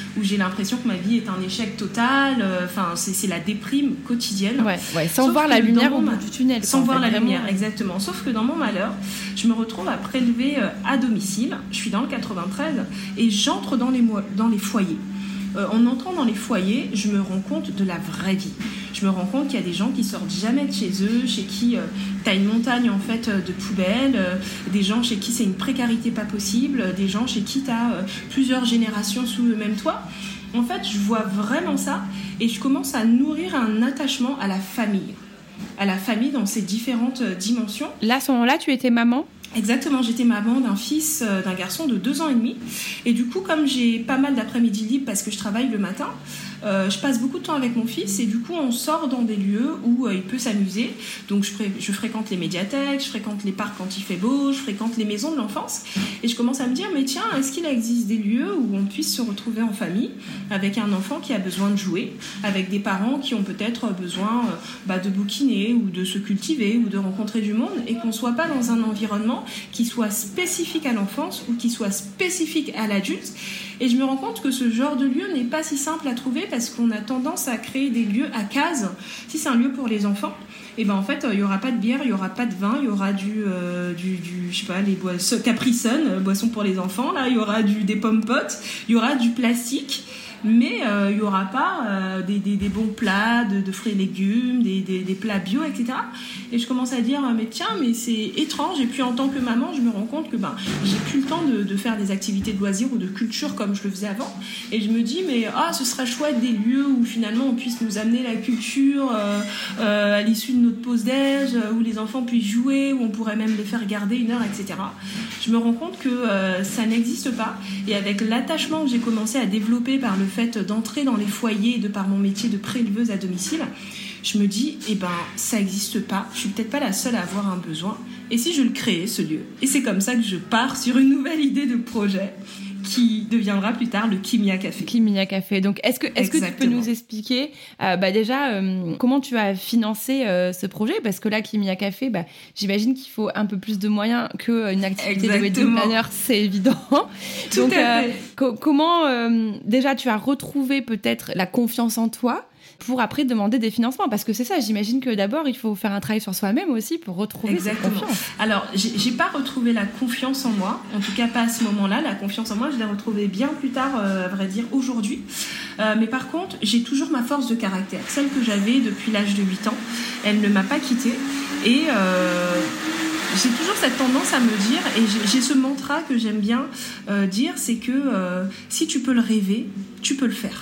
où j'ai l'impression que ma vie est un échec total. Enfin, c'est, c'est la déprime quotidienne. Ouais, ouais, sans Sauf voir la lumière au bout du tunnel. Sans voir fait, la vraiment. lumière, exactement. Sauf que dans mon malheur, je me retrouve à prélever à domicile. Je suis dans le quatre-vingt-treize et j'entre dans les, mo- dans les foyers. Euh, en entrant dans les foyers, je me rends compte de la vraie vie. Je me rends compte qu'il y a des gens qui sortent jamais de chez eux, chez qui euh, tu as une montagne en fait de poubelles, euh, des gens chez qui c'est une précarité pas possible, euh, des gens chez qui tu as euh, plusieurs générations sous le même toit. En fait, je vois vraiment ça et je commence à nourrir un attachement à la famille, à la famille dans ses différentes euh, dimensions. Là, à ce moment-là, tu étais maman ? Exactement, j'étais maman d'un fils, euh, d'un garçon de deux ans et demi. Et du coup, comme j'ai pas mal d'après-midi libres parce que je travaille le matin, euh, je passe beaucoup de temps avec mon fils et du coup, on sort dans des lieux où euh, il peut s'amuser. Donc, je, pré- je fréquente les médiathèques, je fréquente les parcs quand il fait beau, je fréquente les maisons de l'enfance. Et je commence à me dire, mais tiens, est-ce qu'il existe des lieux où on puisse se retrouver en famille avec un enfant qui a besoin de jouer, avec des parents qui ont peut-être besoin euh, bah, de bouquiner ou de se cultiver ou de rencontrer du monde et qu'on soit pas dans un environnement qui soit spécifique à l'enfance ou qui soit spécifique à l'adulte. Et je me rends compte que ce genre de lieu n'est pas si simple à trouver parce qu'on a tendance à créer des lieux à cases. Si c'est un lieu pour les enfants, et ben en fait il y aura pas de bière, il y aura pas de vin, il y aura du euh, du, du je sais pas les boissons Capri Sun, euh, boissons pour les enfants là, il y aura du des pommes potes, il y aura du plastique. Mais euh, il n'y aura pas euh, des, des, des bons plats de, de fruits et légumes, des, des, des plats bio, et cetera. Et je commence à dire, mais tiens, mais c'est étrange. Et puis en tant que maman, je me rends compte que ben, j'ai plus le temps de, de faire des activités de loisirs ou de culture comme je le faisais avant. Et je me dis, mais ah, ce serait chouette des lieux où finalement on puisse nous amener la culture euh, euh, à l'issue de notre pause déj, où les enfants puissent jouer, où on pourrait même les faire garder une heure, et cetera. Je me rends compte que euh, ça n'existe pas. Et avec l'attachement que j'ai commencé à développer par le fait d'entrer dans les foyers de par mon métier de préleveuse à domicile, je me dis, eh ben, ça n'existe pas, je suis peut-être pas la seule à avoir un besoin, et si je le créais, ce lieu. Et c'est comme ça que je pars sur une nouvelle idée de projet qui deviendra plus tard le Kimia Café. Kimia Café. Donc, est-ce que, est-ce que tu peux nous expliquer euh, bah déjà euh, comment tu as financé euh, ce projet ? Parce que là, Kimia Café, bah, j'imagine qu'il faut un peu plus de moyens qu'une activité Exactement. de wedding planner, c'est évident. Tout Donc, à fait. Euh, co- comment euh, déjà tu as retrouvé peut-être la confiance en toi pour après demander des financements, parce que c'est ça, j'imagine que d'abord il faut faire un travail sur soi-même aussi pour retrouver Exactement. cette confiance. Alors j'ai, j'ai pas retrouvé la confiance en moi, en tout cas pas à ce moment-là. La confiance en moi, je l'ai retrouvée bien plus tard, euh, à vrai dire aujourd'hui. Euh, mais par contre, j'ai toujours ma force de caractère, celle que j'avais depuis l'âge de huit ans. Elle ne m'a pas quittée et euh, j'ai toujours cette tendance à me dire, et j'ai, j'ai ce mantra que j'aime bien euh, dire, c'est que euh, si tu peux le rêver, tu peux le faire.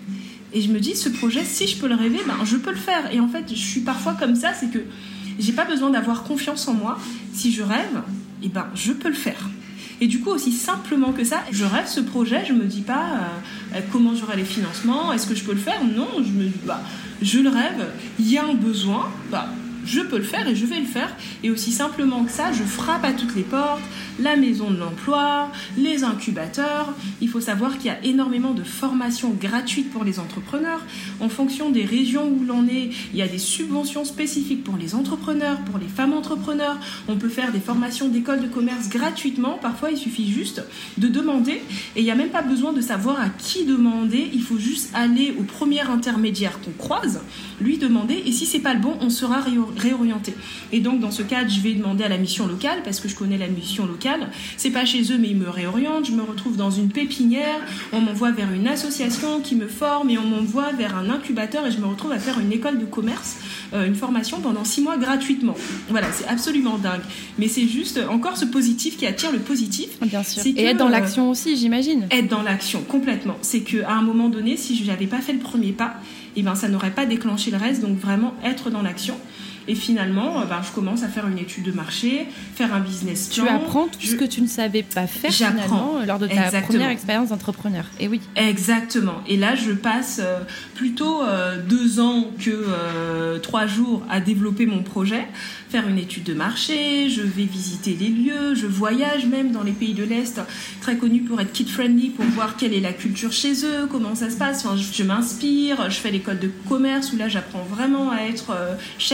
Et je me dis, ce projet, si je peux le rêver, ben, je peux le faire. Et en fait, je suis parfois comme ça, c'est que j'ai pas besoin d'avoir confiance en moi. Si je rêve, eh ben, je peux le faire. Et du coup, aussi simplement que ça, je rêve ce projet, je me dis pas euh, comment j'aurai les financements, est-ce que je peux le faire ? Non, je me dis, bah, je le rêve, il y a un besoin, bah, je peux le faire et je vais le faire. Et aussi simplement que ça, je frappe à toutes les portes, la maison de l'emploi, les incubateurs. Il faut savoir qu'il y a énormément de formations gratuites pour les entrepreneurs. En fonction des régions où l'on est, il y a des subventions spécifiques pour les entrepreneurs, pour les femmes entrepreneurs. On peut faire des formations d'école de commerce gratuitement. Parfois, il suffit juste de demander. Et il n'y a même pas besoin de savoir à qui demander. Il faut juste aller au premier intermédiaire qu'on croise, lui demander. Et si c'est pas le bon, on sera réorienté. Et donc, dans ce cadre, je vais demander à la mission locale, parce que je connais la mission locale. C'est pas chez eux, mais ils me réorientent. Je me retrouve dans une pépinière. On m'envoie vers une association qui me forme et on m'envoie vers un incubateur et je me retrouve à faire une école de commerce, euh, une formation pendant six mois gratuitement. Voilà, c'est absolument dingue. Mais c'est juste encore ce positif qui attire le positif. Bien sûr. C'est et que, être dans l'action aussi, j'imagine. Être dans l'action, complètement. C'est qu'à un moment donné, si je n'avais pas fait le premier pas, eh ben, ça n'aurait pas déclenché le reste. Donc vraiment être dans l'action. Et finalement, ben, je commence à faire une étude de marché, faire un business plan. Tu apprends tout je... ce que tu ne savais pas faire J'apprends. finalement lors de ta Exactement. première expérience d'entrepreneur. Et oui. Exactement. Et là, je passe euh, plutôt euh, deux ans que euh, trois jours à développer mon projet, faire une étude de marché, je vais visiter les lieux, je voyage même dans les pays de l'Est, très connus pour être kid-friendly, pour voir quelle est la culture chez eux, comment ça se passe. Enfin, je, je m'inspire, je fais l'école de commerce où là, j'apprends vraiment à être euh, chef d'entreprise.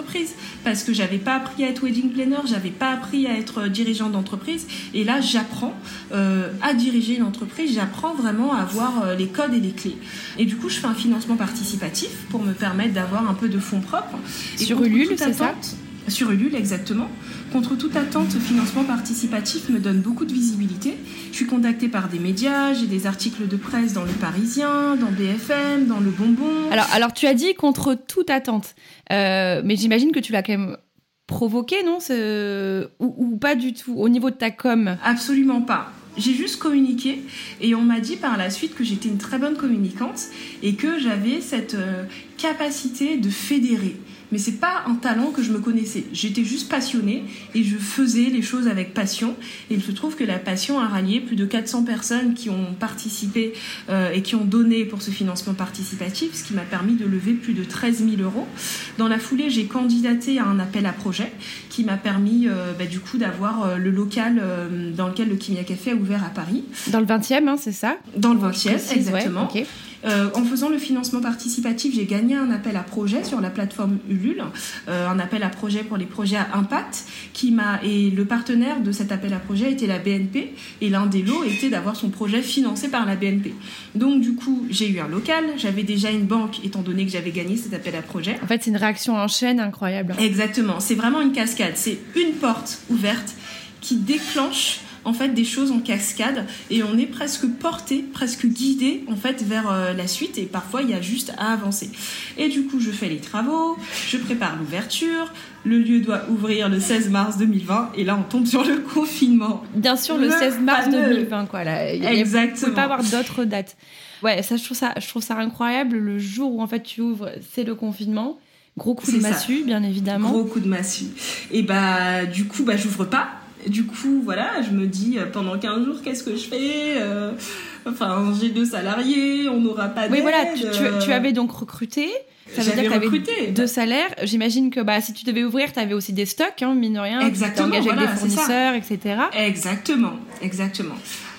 d'entreprise parce que j'avais pas appris à être wedding planner, j'avais pas appris à être dirigeant d'entreprise. Et là, j'apprends euh, à diriger une entreprise, j'apprends vraiment à avoir euh, les codes et les clés. Et du coup, je fais un financement participatif pour me permettre d'avoir un peu de fonds propres. Et sur Ulule, c'est attente, ça ? Sur Ulule, exactement. Contre toute attente, ce financement participatif me donne beaucoup de visibilité. Je suis contactée par des médias, j'ai des articles de presse dans Le Parisien, dans B F M, dans Le Bonbon. Alors, alors tu as dit contre toute attente, euh, mais j'imagine que tu l'as quand même provoqué, non ce... ou, ou pas du tout, au niveau de ta com ? Absolument pas. J'ai juste communiqué et on m'a dit par la suite que j'étais une très bonne communicante et que j'avais cette euh, capacité de fédérer. Mais c'est pas un talent que je me connaissais. J'étais juste passionnée et je faisais les choses avec passion. Et il se trouve que la passion a rallié plus de quatre cents personnes qui ont participé euh, et qui ont donné pour ce financement participatif, ce qui m'a permis de lever plus de treize mille euros. Dans la foulée, j'ai candidaté à un appel à projet qui m'a permis euh, bah, du coup d'avoir euh, le local euh, dans lequel le Kimia Café a ouvert à Paris. Dans le vingtième, hein, c'est ça ? Dans le vingtième, exactement. Ouais, okay. Euh, en faisant le financement participatif, j'ai gagné un appel à projet sur la plateforme Ulule, euh, un appel à projet pour les projets à impact, qui m'a et le partenaire de cet appel à projet était la B N P, et l'un des lots était d'avoir son projet financé par la B N P. Donc du coup, j'ai eu un local, j'avais déjà une banque, étant donné que j'avais gagné cet appel à projet. En fait, c'est une réaction en chaîne incroyable. Exactement, c'est vraiment une cascade, c'est une porte ouverte qui déclenche en fait des choses en cascade et on est presque porté, presque guidé en fait vers euh, la suite et parfois il y a juste à avancer. Et du coup je fais les travaux, je prépare l'ouverture, le lieu doit ouvrir le seize mars deux mille vingt et là on tombe sur le confinement. Bien sûr le, le seize mars fameux. deux mille vingt quoi là. Il Exactement. ne peut pas avoir d'autres dates. Ouais, ça je trouve ça je trouve ça incroyable le jour où en fait tu ouvres, c'est le confinement. Gros coup c'est de massue ça. Bien évidemment. Gros coup de massue. Et bah du coup bah j'ouvre pas. Du coup, voilà, je me dis, pendant quinze jours, qu'est-ce que je fais euh, Enfin, j'ai deux salariés, on n'aura pas d'aide. Oui, voilà, tu, tu, tu avais donc recruté. Ça veut J'avais dire que tu recruté. avais deux salaires. J'imagine que bah, si tu devais ouvrir, tu avais aussi des stocks, hein, mine de rien. Exactement, tu t'es engagé voilà, avec des fournisseurs, et cetera. Exactement, exactement.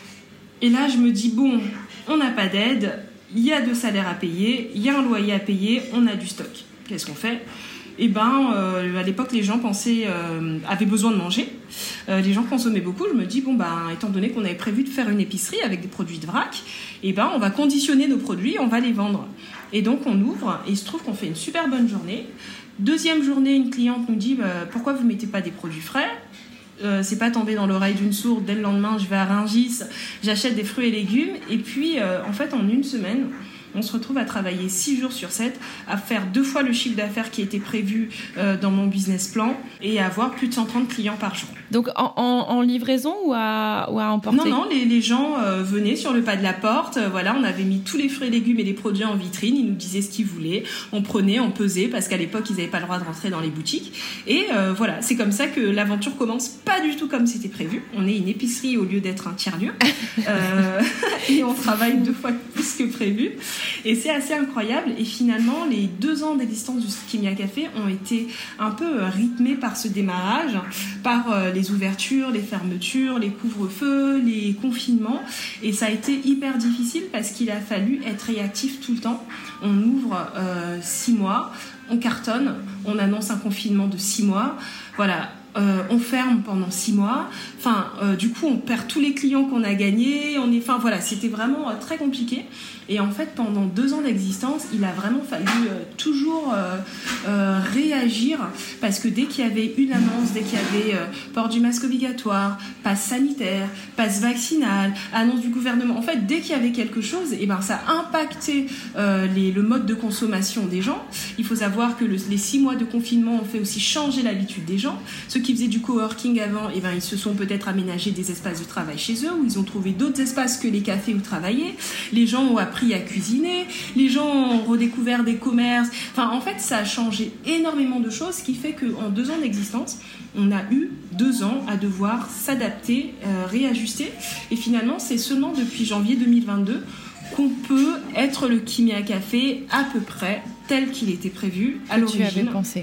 Et là, je me dis, bon, on n'a pas d'aide, il y a deux salaires à payer, il y a un loyer à payer, on a du stock. Qu'est-ce qu'on fait ? Eh ben, euh, à l'époque, les gens pensaient, euh, avaient besoin de manger. Euh, les gens consommaient beaucoup. Je me dis, bon, ben, étant donné qu'on avait prévu de faire une épicerie avec des produits de vrac, eh ben, on va conditionner nos produits, on va les vendre. Et donc, on ouvre et il se trouve qu'on fait une super bonne journée. Deuxième journée, une cliente nous dit, bah, pourquoi vous ne mettez pas des produits frais ? Euh, c'est pas tombé dans l'oreille d'une sourde. Dès le lendemain, je vais à Rungis, j'achète des fruits et légumes. Et puis, euh, en fait, en une semaine, on se retrouve à travailler six jours sur sept, à faire deux fois le chiffre d'affaires qui était prévu euh, dans mon business plan et à avoir plus de cent trente clients par jour. Donc en, en, en livraison ou à, ou à emporter ? Non, non, les, les gens euh, venaient sur le pas de la porte. Euh, voilà, on avait mis tous les fruits et légumes et les produits en vitrine. Ils nous disaient ce qu'ils voulaient. On prenait, on pesait parce qu'à l'époque, ils n'avaient pas le droit de rentrer dans les boutiques. Et euh, voilà, c'est comme ça que l'aventure commence pas du tout comme c'était prévu. On est une épicerie au lieu d'être un tiers-lieu. euh, et on travaille deux fois plus que prévu. Et c'est assez incroyable. Et finalement, les deux ans d'existence du Kimia Café ont été un peu rythmés par ce démarrage, par les ouvertures, les fermetures, les couvre-feux, les confinements. Et ça a été hyper difficile parce qu'il a fallu être réactif tout le temps. On ouvre euh, six mois, on cartonne, on annonce un confinement de six mois. Voilà. Euh, on ferme pendant six mois. Enfin, euh, du coup, on perd tous les clients qu'on a gagnés. On est, enfin, voilà, c'était vraiment euh, très compliqué. Et en fait, pendant deux ans d'existence, il a vraiment fallu euh, toujours euh, euh, réagir parce que dès qu'il y avait une annonce, dès qu'il y avait euh, port du masque obligatoire, passe sanitaire, passe vaccinal, annonce du gouvernement, en fait, dès qu'il y avait quelque chose, et ben, ça impactait euh, les, le mode de consommation des gens. Il faut savoir que le, les six mois de confinement ont fait aussi changer l'habitude des gens. Ceux qui faisaient du coworking avant, et ben, ils se sont peut-être aménagés des espaces de travail chez eux, où ils ont trouvé d'autres espaces que les cafés où travailler. Les gens ont appris à cuisiner, les gens ont redécouvert des commerces. Enfin, en fait, ça a changé énormément de choses, ce qui fait qu'en deux ans d'existence, on a eu deux ans à devoir s'adapter, euh, réajuster. Et finalement, c'est seulement depuis janvier deux mille vingt-deux qu'on peut être le Kimia Café à peu près tel qu'il était prévu à l'origine. Tu avais pensé.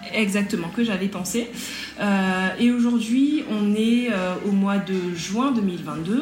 Exactement, que j'avais pensé. Euh, et aujourd'hui, on est euh, au mois de juin deux mille vingt-deux.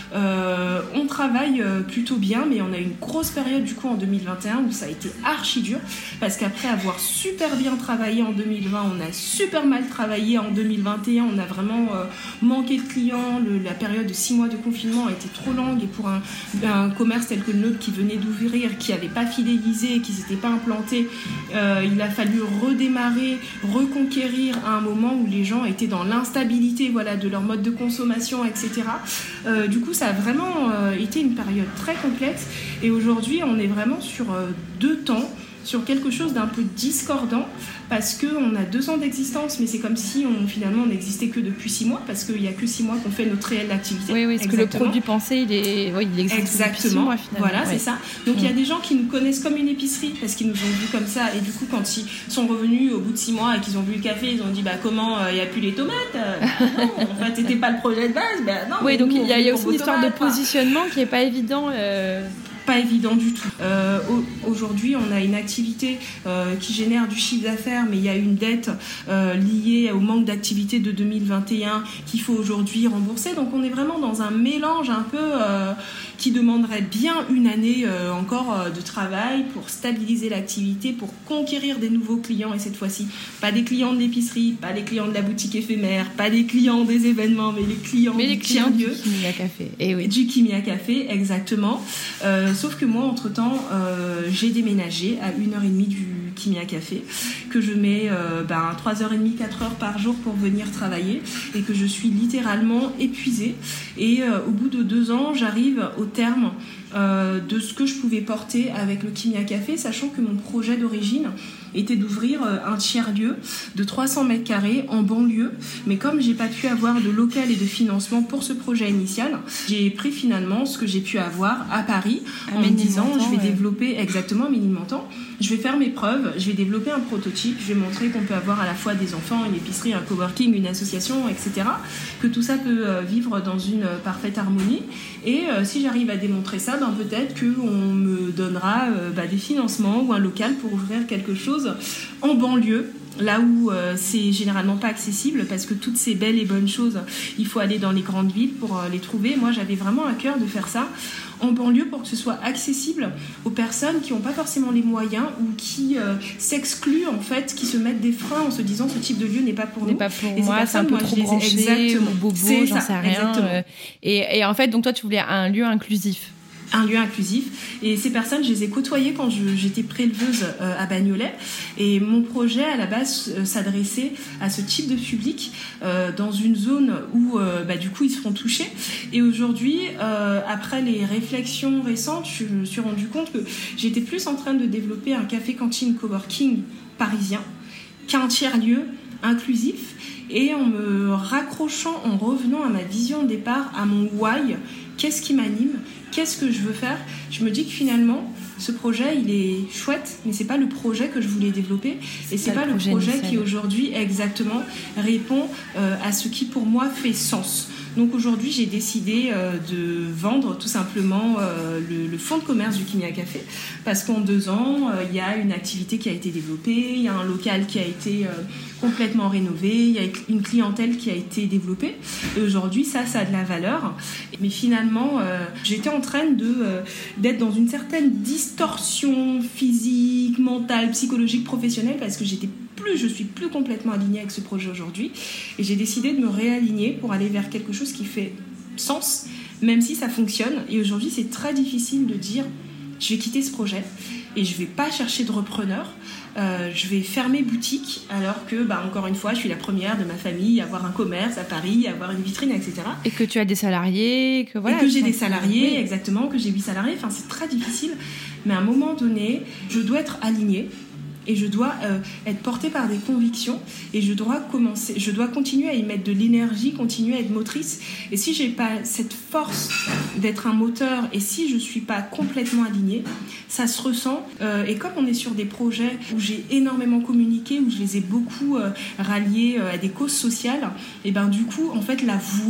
Euh, on travaille euh, plutôt bien, mais on a une grosse période du coup en deux mille vingt et un où ça a été archi dur, parce qu'après avoir super bien travaillé en deux mille vingt, on a super mal travaillé en deux mille vingt et un. On a vraiment euh, manqué de clients. Le, la période de six mois de confinement a été trop longue, et pour un, un commerce tel que le nôtre qui venait d'ouvrir, qui n'avait pas fidélisé, qui s'était pas implanté, euh, il a fallu redémarrer, reconquérir à un moment où les gens étaient dans l'instabilité, voilà, de leur mode de consommation, et cetera. Euh, du coup, ça a vraiment euh, été une période très complexe, et aujourd'hui, on est vraiment sur euh, deux temps, sur quelque chose d'un peu discordant, parce qu'on a deux ans d'existence, mais c'est comme si on, finalement on n'existait que depuis six mois, parce qu'il n'y a que six mois qu'on fait notre réelle activité. Oui, oui, parce Exactement. que le produit pensé, il, est, oui, il existe Exactement. depuis six mois finalement. Voilà, ouais. c'est ça. Donc il mmh. y a des gens qui nous connaissent comme une épicerie, parce qu'ils nous ont vus comme ça, et du coup quand ils sont revenus au bout de six mois et qu'ils ont vu le café, ils ont dit bah comment il euh, n'y a plus les tomates euh, bah, non, en fait c'était pas le projet de base. Bah, non, oui, donc il y a, y a aussi une histoire tomates, de positionnement qui n'est pas évident. Euh... Pas évident du tout. Euh, aujourd'hui, on a une activité euh, qui génère du chiffre d'affaires, mais il y a une dette euh, liée au manque d'activité de deux mille vingt et un qu'il faut aujourd'hui rembourser. Donc, on est vraiment dans un mélange un peu euh, qui demanderait bien une année euh, encore euh, de travail pour stabiliser l'activité, pour conquérir des nouveaux clients. Et cette fois-ci, pas des clients de l'épicerie, pas des clients de la boutique éphémère, pas des clients des événements, mais les clients mais du les clients tiers-lieu. Du Kimia Café. Et oui. Du Kimia Café, exactement. Euh, Sauf que moi, entre-temps, euh, j'ai déménagé à une heure trente du Kimia Café, que je mets euh, ben, trois heures trente, quatre heures par jour pour venir travailler, et que je suis littéralement épuisée. Et euh, au bout de deux ans, j'arrive au terme euh, de ce que je pouvais porter avec le Kimia Café, sachant que mon projet d'origine était d'ouvrir un tiers-lieu de trois cents mètres carrés en banlieue. Mais comme j'ai pas pu avoir de local et de financement pour ce projet initial, j'ai pris finalement ce que j'ai pu avoir à Paris, à en me disant je vais ouais. développer exactement à Ménilmontant, je vais faire mes preuves, je vais développer un prototype, je vais montrer qu'on peut avoir à la fois des enfants, une épicerie, un coworking, une association, et cetera. Que tout ça peut vivre dans une parfaite harmonie. Et euh, si j'arrive à démontrer ça, ben peut-être qu'on me donnera euh, bah, des financements ou un local pour ouvrir quelque chose en banlieue, là où euh, c'est généralement pas accessible, parce que toutes ces belles et bonnes choses, il faut aller dans les grandes villes pour euh, les trouver. Moi, j'avais vraiment à cœur de faire ça en banlieue pour que ce soit accessible aux personnes qui n'ont pas forcément les moyens ou qui euh, s'excluent en fait, qui se mettent des freins en se disant ce type de lieu n'est pas pour n'est nous. pas pour et moi, c'est un peu trop branché, exactement. ou bobo, c'est j'en ça, sais rien. Euh, et, et en fait, donc toi, tu voulais un lieu inclusif. Un lieu inclusif, et ces personnes, je les ai côtoyées quand je, j'étais préleveuse euh, à Bagnolet, et mon projet à la base euh, s'adressait à ce type de public euh, dans une zone où euh, bah, du coup ils seront touchés. Et aujourd'hui, euh, après les réflexions récentes, je me suis rendu compte que j'étais plus en train de développer un café-cantine coworking parisien qu'un tiers-lieu inclusif, et en me raccrochant, en revenant à ma vision de départ, à mon why, qu'est-ce qui m'anime, qu'est-ce que je veux faire, je me dis que finalement ce projet il est chouette, mais c'est pas le projet que je voulais développer, et c'est, c'est pas le projet, le projet qui aujourd'hui exactement répond euh, à ce qui pour moi fait sens. Donc aujourd'hui, j'ai décidé euh, de vendre tout simplement euh, le, le fonds de commerce du Kimia Café, parce qu'en deux ans, il euh, y a une activité qui a été développée, il y a un local qui a été euh, complètement rénové, il y a une clientèle qui a été développée, et aujourd'hui, ça, ça a de la valeur. Mais finalement, euh, j'étais en train de, euh, d'être dans une certaine distorsion physique, mentale, psychologique, professionnelle, parce que j'étais plus, je suis plus complètement alignée avec ce projet aujourd'hui, et j'ai décidé de me réaligner pour aller vers quelque chose qui fait sens, même si ça fonctionne. Et aujourd'hui, c'est très difficile de dire je vais quitter ce projet et je vais pas chercher de repreneur, euh, je vais fermer boutique, alors que, bah, encore une fois, je suis la première de ma famille à avoir un commerce à Paris, à avoir une vitrine, et cetera. Et que tu as des salariés, que voilà. Et que j'ai des salariés, oui. Exactement, que j'ai huit salariés. Enfin, c'est très difficile. Mais à un moment donné, je dois être alignée. Et je dois euh, être portée par des convictions, et je dois commencer, je dois continuer à y mettre de l'énergie, continuer à être motrice. Et si j'ai pas cette force d'être un moteur, et si je suis pas complètement alignée, ça se ressent. Euh, et comme on est sur des projets où j'ai énormément communiqué, où je les ai beaucoup euh, ralliés euh, à des causes sociales, et ben du coup, en fait, la voix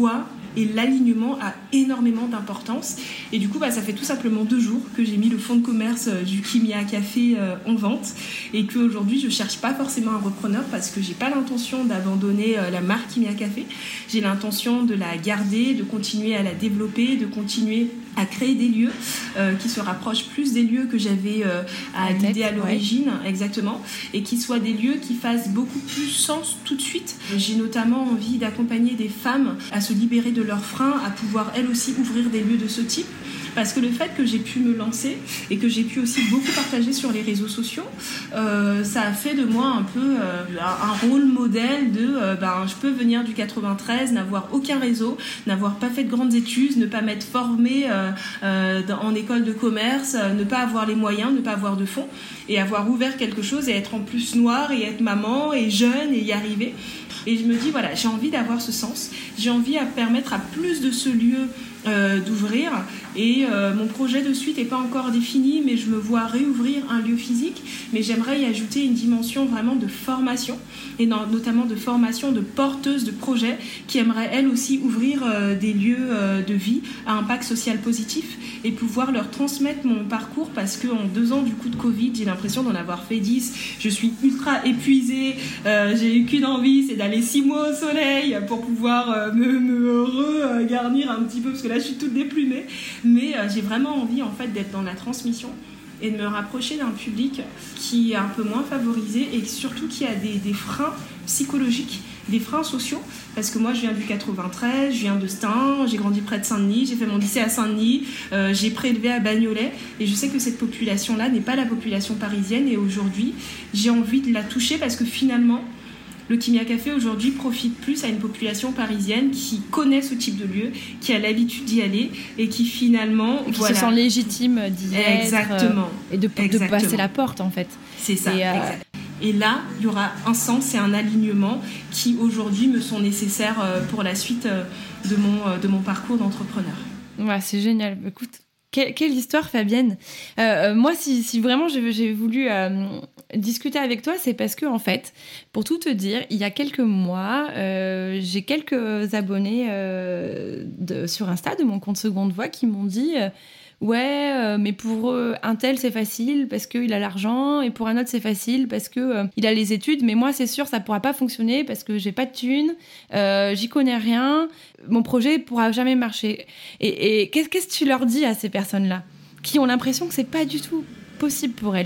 et l'alignement a énormément d'importance. Et du coup, bah, ça fait tout simplement deux jours que j'ai mis le fonds de commerce du Kimia Café euh, en vente et qu'aujourd'hui, je ne cherche pas forcément un repreneur parce que je n'ai pas l'intention d'abandonner euh, la marque Kimia Café. J'ai l'intention de la garder, de continuer à la développer, de continuer à créer des lieux euh, qui se rapprochent plus des lieux que j'avais euh, à l'idée à l'origine, ouais. Exactement, et qui soient des lieux qui fassent beaucoup plus sens tout de suite. J'ai notamment envie d'accompagner des femmes à se libérer de leurs freins, à pouvoir elles aussi ouvrir des lieux de ce type. Parce que le fait que j'ai pu me lancer et que j'ai pu aussi beaucoup partager sur les réseaux sociaux, euh, ça a fait de moi un peu euh, un rôle modèle de euh, ben, je peux venir du quatre-vingt-treize, n'avoir aucun réseau, n'avoir pas fait de grandes études, ne pas m'être formée euh, euh, en école de commerce, euh, ne pas avoir les moyens, ne pas avoir de fonds et avoir ouvert quelque chose et être en plus noire et être maman et jeune et y arriver. Et je me dis, voilà, j'ai envie d'avoir ce sens, j'ai envie de permettre à plus de ce lieu euh, d'ouvrir. Et euh, mon projet de suite n'est pas encore défini, mais je me vois réouvrir un lieu physique. Mais j'aimerais y ajouter une dimension vraiment de formation, et non, notamment de formation de porteuses de projets qui aimeraient elles aussi ouvrir euh, des lieux euh, de vie à impact social positif et pouvoir leur transmettre mon parcours parce qu'en deux ans du coup de Covid, j'ai l'impression d'en avoir fait dix. Je suis ultra épuisée, euh, j'ai eu qu'une envie, c'est d'aller six mois au soleil pour pouvoir euh, me, me re-garnir un petit peu parce que là je suis toute déplumée. Mais euh, j'ai vraiment envie en fait d'être dans la transmission et de me rapprocher d'un public qui est un peu moins favorisé et surtout qui a des, des freins psychologiques, des freins sociaux. Parce que moi, je viens du quatre-vingt-treize, je viens de Stein, j'ai grandi près de Saint-Denis, j'ai fait mon lycée à Saint-Denis, euh, j'ai prélevé à Bagnolet. Et je sais que cette population-là n'est pas la population parisienne. Et aujourd'hui, j'ai envie de la toucher parce que finalement, le Kimia Café aujourd'hui profite plus à une population parisienne qui connaît ce type de lieu, qui a l'habitude d'y aller et qui finalement et qui voilà, se sent légitime d'y être. Exactement. Euh, et de, de passer la porte en fait. C'est ça. Et, euh... et là, il y aura un sens et un alignement qui aujourd'hui me sont nécessaires pour la suite de mon, de mon parcours d'entrepreneur. Ouais, c'est génial. Écoute, quelle, quelle histoire, Fabienne. Euh, moi, si, si vraiment j'ai, j'ai voulu euh, discuter avec toi, c'est parce que, en fait, pour tout te dire, il y a quelques mois, euh, j'ai quelques abonnés euh, de, sur Insta de mon compte Seconde Voix qui m'ont dit euh, ouais, euh, mais pour euh, un tel, c'est facile parce qu'il a l'argent, et pour un autre, c'est facile parce qu'il euh, a les études, mais moi, c'est sûr, ça pourra pas fonctionner parce que j'ai pas de thunes, euh, j'y connais rien, mon projet pourra jamais marcher. Et, et qu'est-ce, qu'est-ce que tu leur dis à ces personnes-là qui ont l'impression que c'est pas du tout possible pour elles ?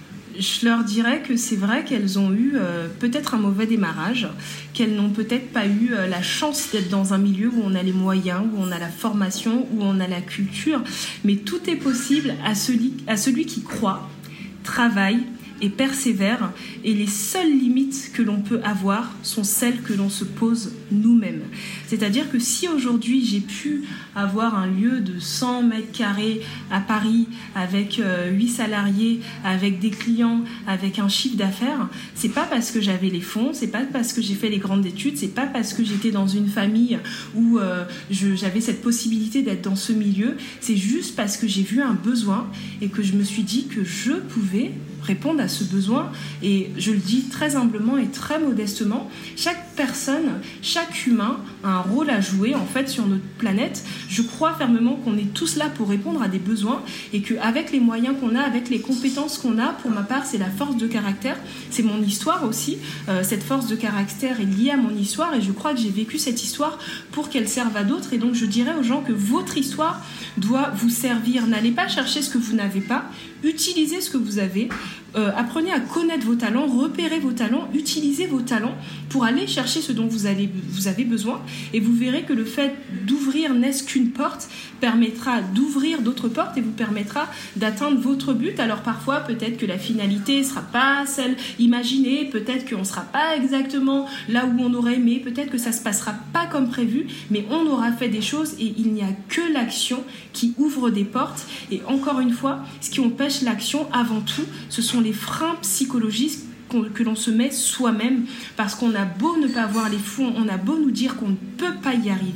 Je leur dirais que c'est vrai qu'elles ont eu euh, peut-être un mauvais démarrage, qu'elles n'ont peut-être pas eu euh, la chance d'être dans un milieu où on a les moyens, où on a la formation, où on a la culture. Mais tout est possible à celui, à celui qui croit, travaille et persévère. Et les seules limites que l'on peut avoir sont celles que l'on se pose nous-mêmes. C'est-à-dire que si aujourd'hui j'ai pu avoir un lieu de cent mètres carrés à Paris avec euh, huit salariés, avec des clients, avec un chiffre d'affaires, c'est pas parce que j'avais les fonds, c'est pas parce que j'ai fait les grandes études, c'est pas parce que j'étais dans une famille où euh, je, j'avais cette possibilité d'être dans ce milieu, c'est juste parce que j'ai vu un besoin et que je me suis dit que je pouvais répondre à ce besoin. Et je le dis très humblement et très modestement, chaque personne, chaque humain a un rôle à jouer en fait sur notre planète. Je crois fermement qu'on est tous là pour répondre à des besoins et qu'avec les moyens qu'on a, avec les compétences qu'on a, pour ma part c'est la force de caractère, c'est mon histoire aussi, euh, cette force de caractère est liée à mon histoire et je crois que j'ai vécu cette histoire pour qu'elle serve à d'autres. Et donc je dirais aux gens que votre histoire doit vous servir. N'allez pas chercher ce que vous n'avez pas, utilisez ce que vous avez. Euh, apprenez à connaître vos talents, repérez vos talents, utilisez vos talents pour aller chercher ce dont vous, allez, vous avez besoin, et vous verrez que le fait d'ouvrir n'est-ce qu'une porte permettra d'ouvrir d'autres portes et vous permettra d'atteindre votre but. Alors parfois peut-être que la finalité ne sera pas celle imaginée, peut-être qu'on ne sera pas exactement là où on aurait aimé, peut-être que ça ne se passera pas comme prévu, mais on aura fait des choses et il n'y a que l'action qui ouvre des portes. Et encore une fois, ce qui empêche l'action avant tout, ce sont les freins psychologiques que l'on se met soi-même, parce qu'on a beau ne pas avoir les fonds, on a beau nous dire qu'on ne peut pas y arriver,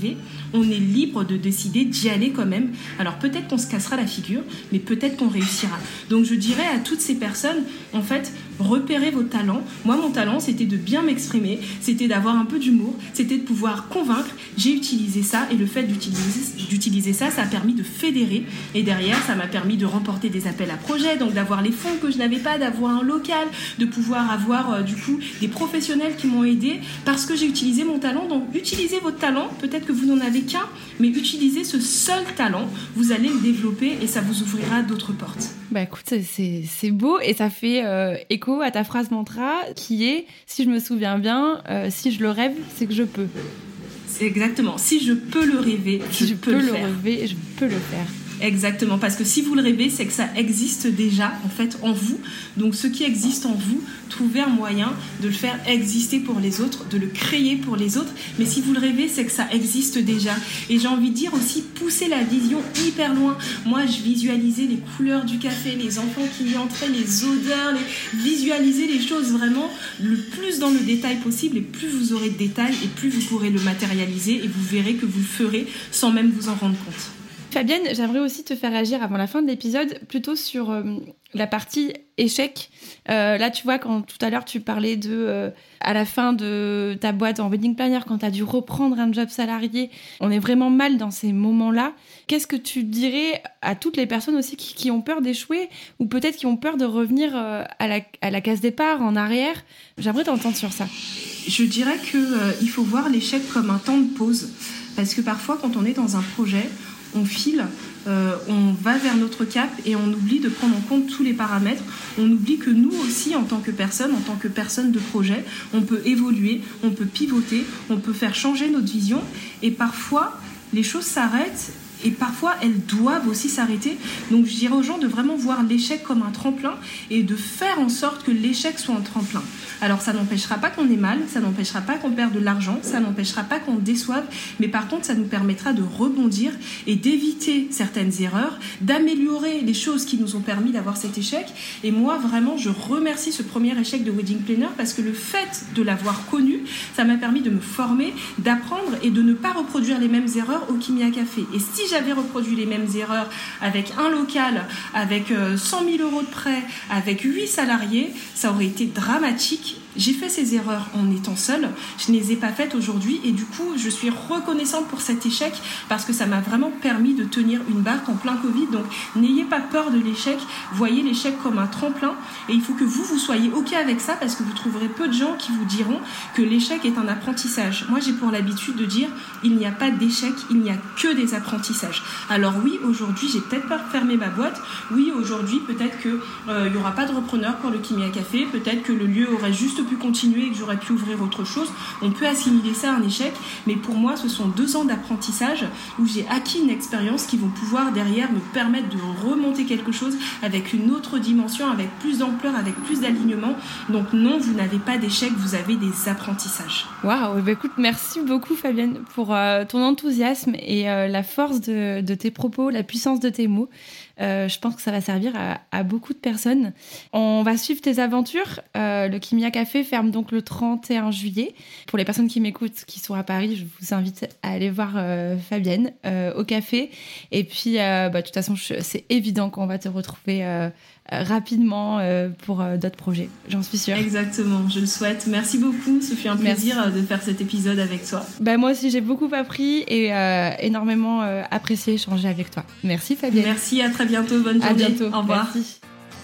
on est libre de décider d'y aller quand même. Alors peut-être qu'on se cassera la figure, mais peut-être qu'on réussira. Donc je dirais à toutes ces personnes, en fait, repérez vos talents. Moi, mon talent, c'était de bien m'exprimer, c'était d'avoir un peu d'humour, c'était de pouvoir convaincre. J'ai utilisé ça, et le fait d'utiliser, d'utiliser ça, ça a permis de fédérer. Et derrière, ça m'a permis de remporter des appels à projets, donc d'avoir les fonds que je n'avais pas, d'avoir un local, de pouvoir avoir euh, du coup des professionnels qui m'ont aidé parce que j'ai utilisé mon talent. Donc utilisez votre talent, peut-être que vous n'en avez qu'un, mais utilisez ce seul talent, vous allez le développer et ça vous ouvrira d'autres portes. Bah écoute, c'est, c'est, c'est beau et ça fait euh, écho à ta phrase mantra qui est, si je me souviens bien, euh, si je le rêve, c'est que je peux. C'est exactement, si je peux le rêver, si je, je peux, peux le le faire. rêver, je peux le faire. Exactement, parce que si vous le rêvez, c'est que ça existe déjà en fait en vous. Donc ce qui existe en vous, trouvez un moyen de le faire exister pour les autres, de le créer pour les autres. Mais si vous le rêvez, c'est que ça existe déjà. Et j'ai envie de dire aussi, poussez la vision hyper loin. Moi, je visualisais les couleurs du café, les enfants qui y entraient, les odeurs, les... visualisez les choses vraiment le plus dans le détail possible. Et plus vous aurez de détails, et plus vous pourrez le matérialiser, et vous verrez que vous le ferez sans même vous en rendre compte. Fabienne, j'aimerais aussi te faire agir avant la fin de l'épisode, plutôt sur euh, la partie échec. Euh, là, tu vois, quand tout à l'heure, tu parlais de, euh, à la fin de ta boîte en wedding planner, quand tu as dû reprendre un job salarié, on est vraiment mal dans ces moments-là. Qu'est-ce que tu dirais à toutes les personnes aussi qui, qui ont peur d'échouer ou peut-être qui ont peur de revenir euh, à, la, à la case départ, en arrière? J'aimerais t'entendre sur ça. Je dirais qu'il euh, faut voir l'échec comme un temps de pause. Parce que parfois, quand on est dans un projet, on file, euh, on va vers notre cap et on oublie de prendre en compte tous les paramètres. On oublie que nous aussi, en tant que personne, en tant que personne de projet, on peut évoluer, on peut pivoter, on peut faire changer notre vision. Et parfois, les choses s'arrêtent et parfois, elles doivent aussi s'arrêter. Donc, je dirais aux gens de vraiment voir l'échec comme un tremplin et de faire en sorte que l'échec soit un tremplin. Alors, ça n'empêchera pas qu'on ait mal, ça n'empêchera pas qu'on perde de l'argent, ça n'empêchera pas qu'on déçoive, mais par contre, ça nous permettra de rebondir et d'éviter certaines erreurs, d'améliorer les choses qui nous ont permis d'avoir cet échec. Et moi, vraiment, je remercie ce premier échec de wedding planner parce que le fait de l'avoir connu, ça m'a permis de me former, d'apprendre et de ne pas reproduire les mêmes erreurs au Kimia Café. Et si j'avais reproduit les mêmes erreurs avec un local, avec cent mille euros de prêt, avec huit salariés, ça aurait été dramatique. J'ai fait ces erreurs en étant seule, je ne les ai pas faites aujourd'hui et du coup je suis reconnaissante pour cet échec parce que ça m'a vraiment permis de tenir une barque en plein Covid. Donc n'ayez pas peur de l'échec, voyez l'échec comme un tremplin et il faut que vous, vous soyez ok avec ça parce que vous trouverez peu de gens qui vous diront que l'échec est un apprentissage. Moi j'ai pour l'habitude de dire il n'y a pas d'échec, il n'y a que des apprentissages. Alors oui, aujourd'hui j'ai peut-être pas fermé ma boîte, oui aujourd'hui peut-être qu'il euh, n'y aura pas de repreneur pour le Kimia Café, peut-être que le lieu aurait juste pu continuer et que j'aurais pu ouvrir autre chose. On peut assimiler ça à un échec, mais pour moi ce sont deux ans d'apprentissage où j'ai acquis une expérience qui vont pouvoir derrière me permettre de remonter quelque chose avec une autre dimension, avec plus d'ampleur, avec plus d'alignement. Donc non, vous n'avez pas d'échec, vous avez des apprentissages. Waouh, bah écoute, merci beaucoup Fabienne pour euh, ton enthousiasme et euh, la force de, de tes propos, la puissance de tes mots. Euh, je pense que ça va servir à, à beaucoup de personnes. On va suivre tes aventures. Euh, le Kimia Café ferme donc le trente et un juillet. Pour les personnes qui m'écoutent, qui sont à Paris, je vous invite à aller voir euh, Fabienne euh, au café. Et puis, euh, bah, de toute façon, je, c'est évident qu'on va te retrouver euh, rapidement euh, pour euh, d'autres projets. J'en suis sûre. Exactement, je le souhaite. Merci beaucoup. Ce fut un plaisir Merci. de faire cet épisode avec toi. Bah, moi aussi, j'ai beaucoup appris et euh, énormément euh, apprécié échanger avec toi. Merci Fabienne. Merci, à très bientôt. Bonne journée. À bientôt. Au revoir. Merci.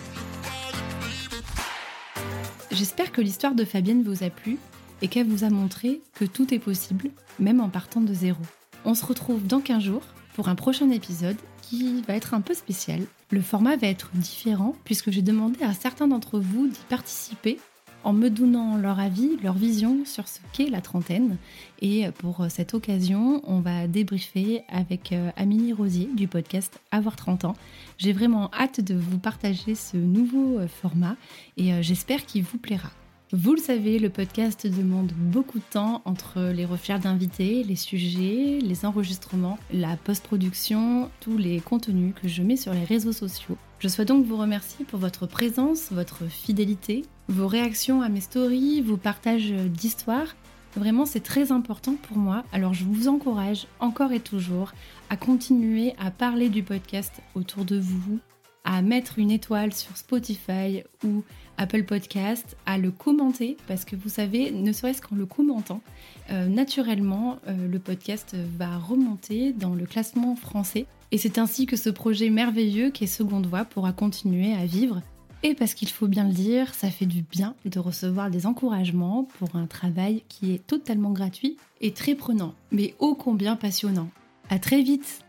J'espère que l'histoire de Fabienne vous a plu et qu'elle vous a montré que tout est possible, même en partant de zéro. On se retrouve dans quinze jours pour un prochain épisode qui va être un peu spécial. Le format va être différent puisque j'ai demandé à certains d'entre vous d'y participer en me donnant leur avis, leur vision sur ce qu'est la trentaine. Et pour cette occasion, on va débriefer avec Amélie Rosier du podcast Avoir trente ans. J'ai vraiment hâte de vous partager ce nouveau format et j'espère qu'il vous plaira. Vous le savez, le podcast demande beaucoup de temps entre les recherches d'invités, les sujets, les enregistrements, la post-production, tous les contenus que je mets sur les réseaux sociaux. Je souhaite donc vous remercier pour votre présence, votre fidélité, vos réactions à mes stories, vos partages d'histoires. Vraiment, c'est très important pour moi. Alors, je vous encourage encore et toujours à continuer à parler du podcast autour de vous, à mettre une étoile sur Spotify ou Apple Podcast, à le commenter, parce que vous savez, ne serait-ce qu'en le commentant, euh, naturellement, euh, le podcast va remonter dans le classement français. Et c'est ainsi que ce projet merveilleux qu'est Seconde Voix pourra continuer à vivre. Et parce qu'il faut bien le dire, ça fait du bien de recevoir des encouragements pour un travail qui est totalement gratuit et très prenant, mais ô combien passionnant. À très vite!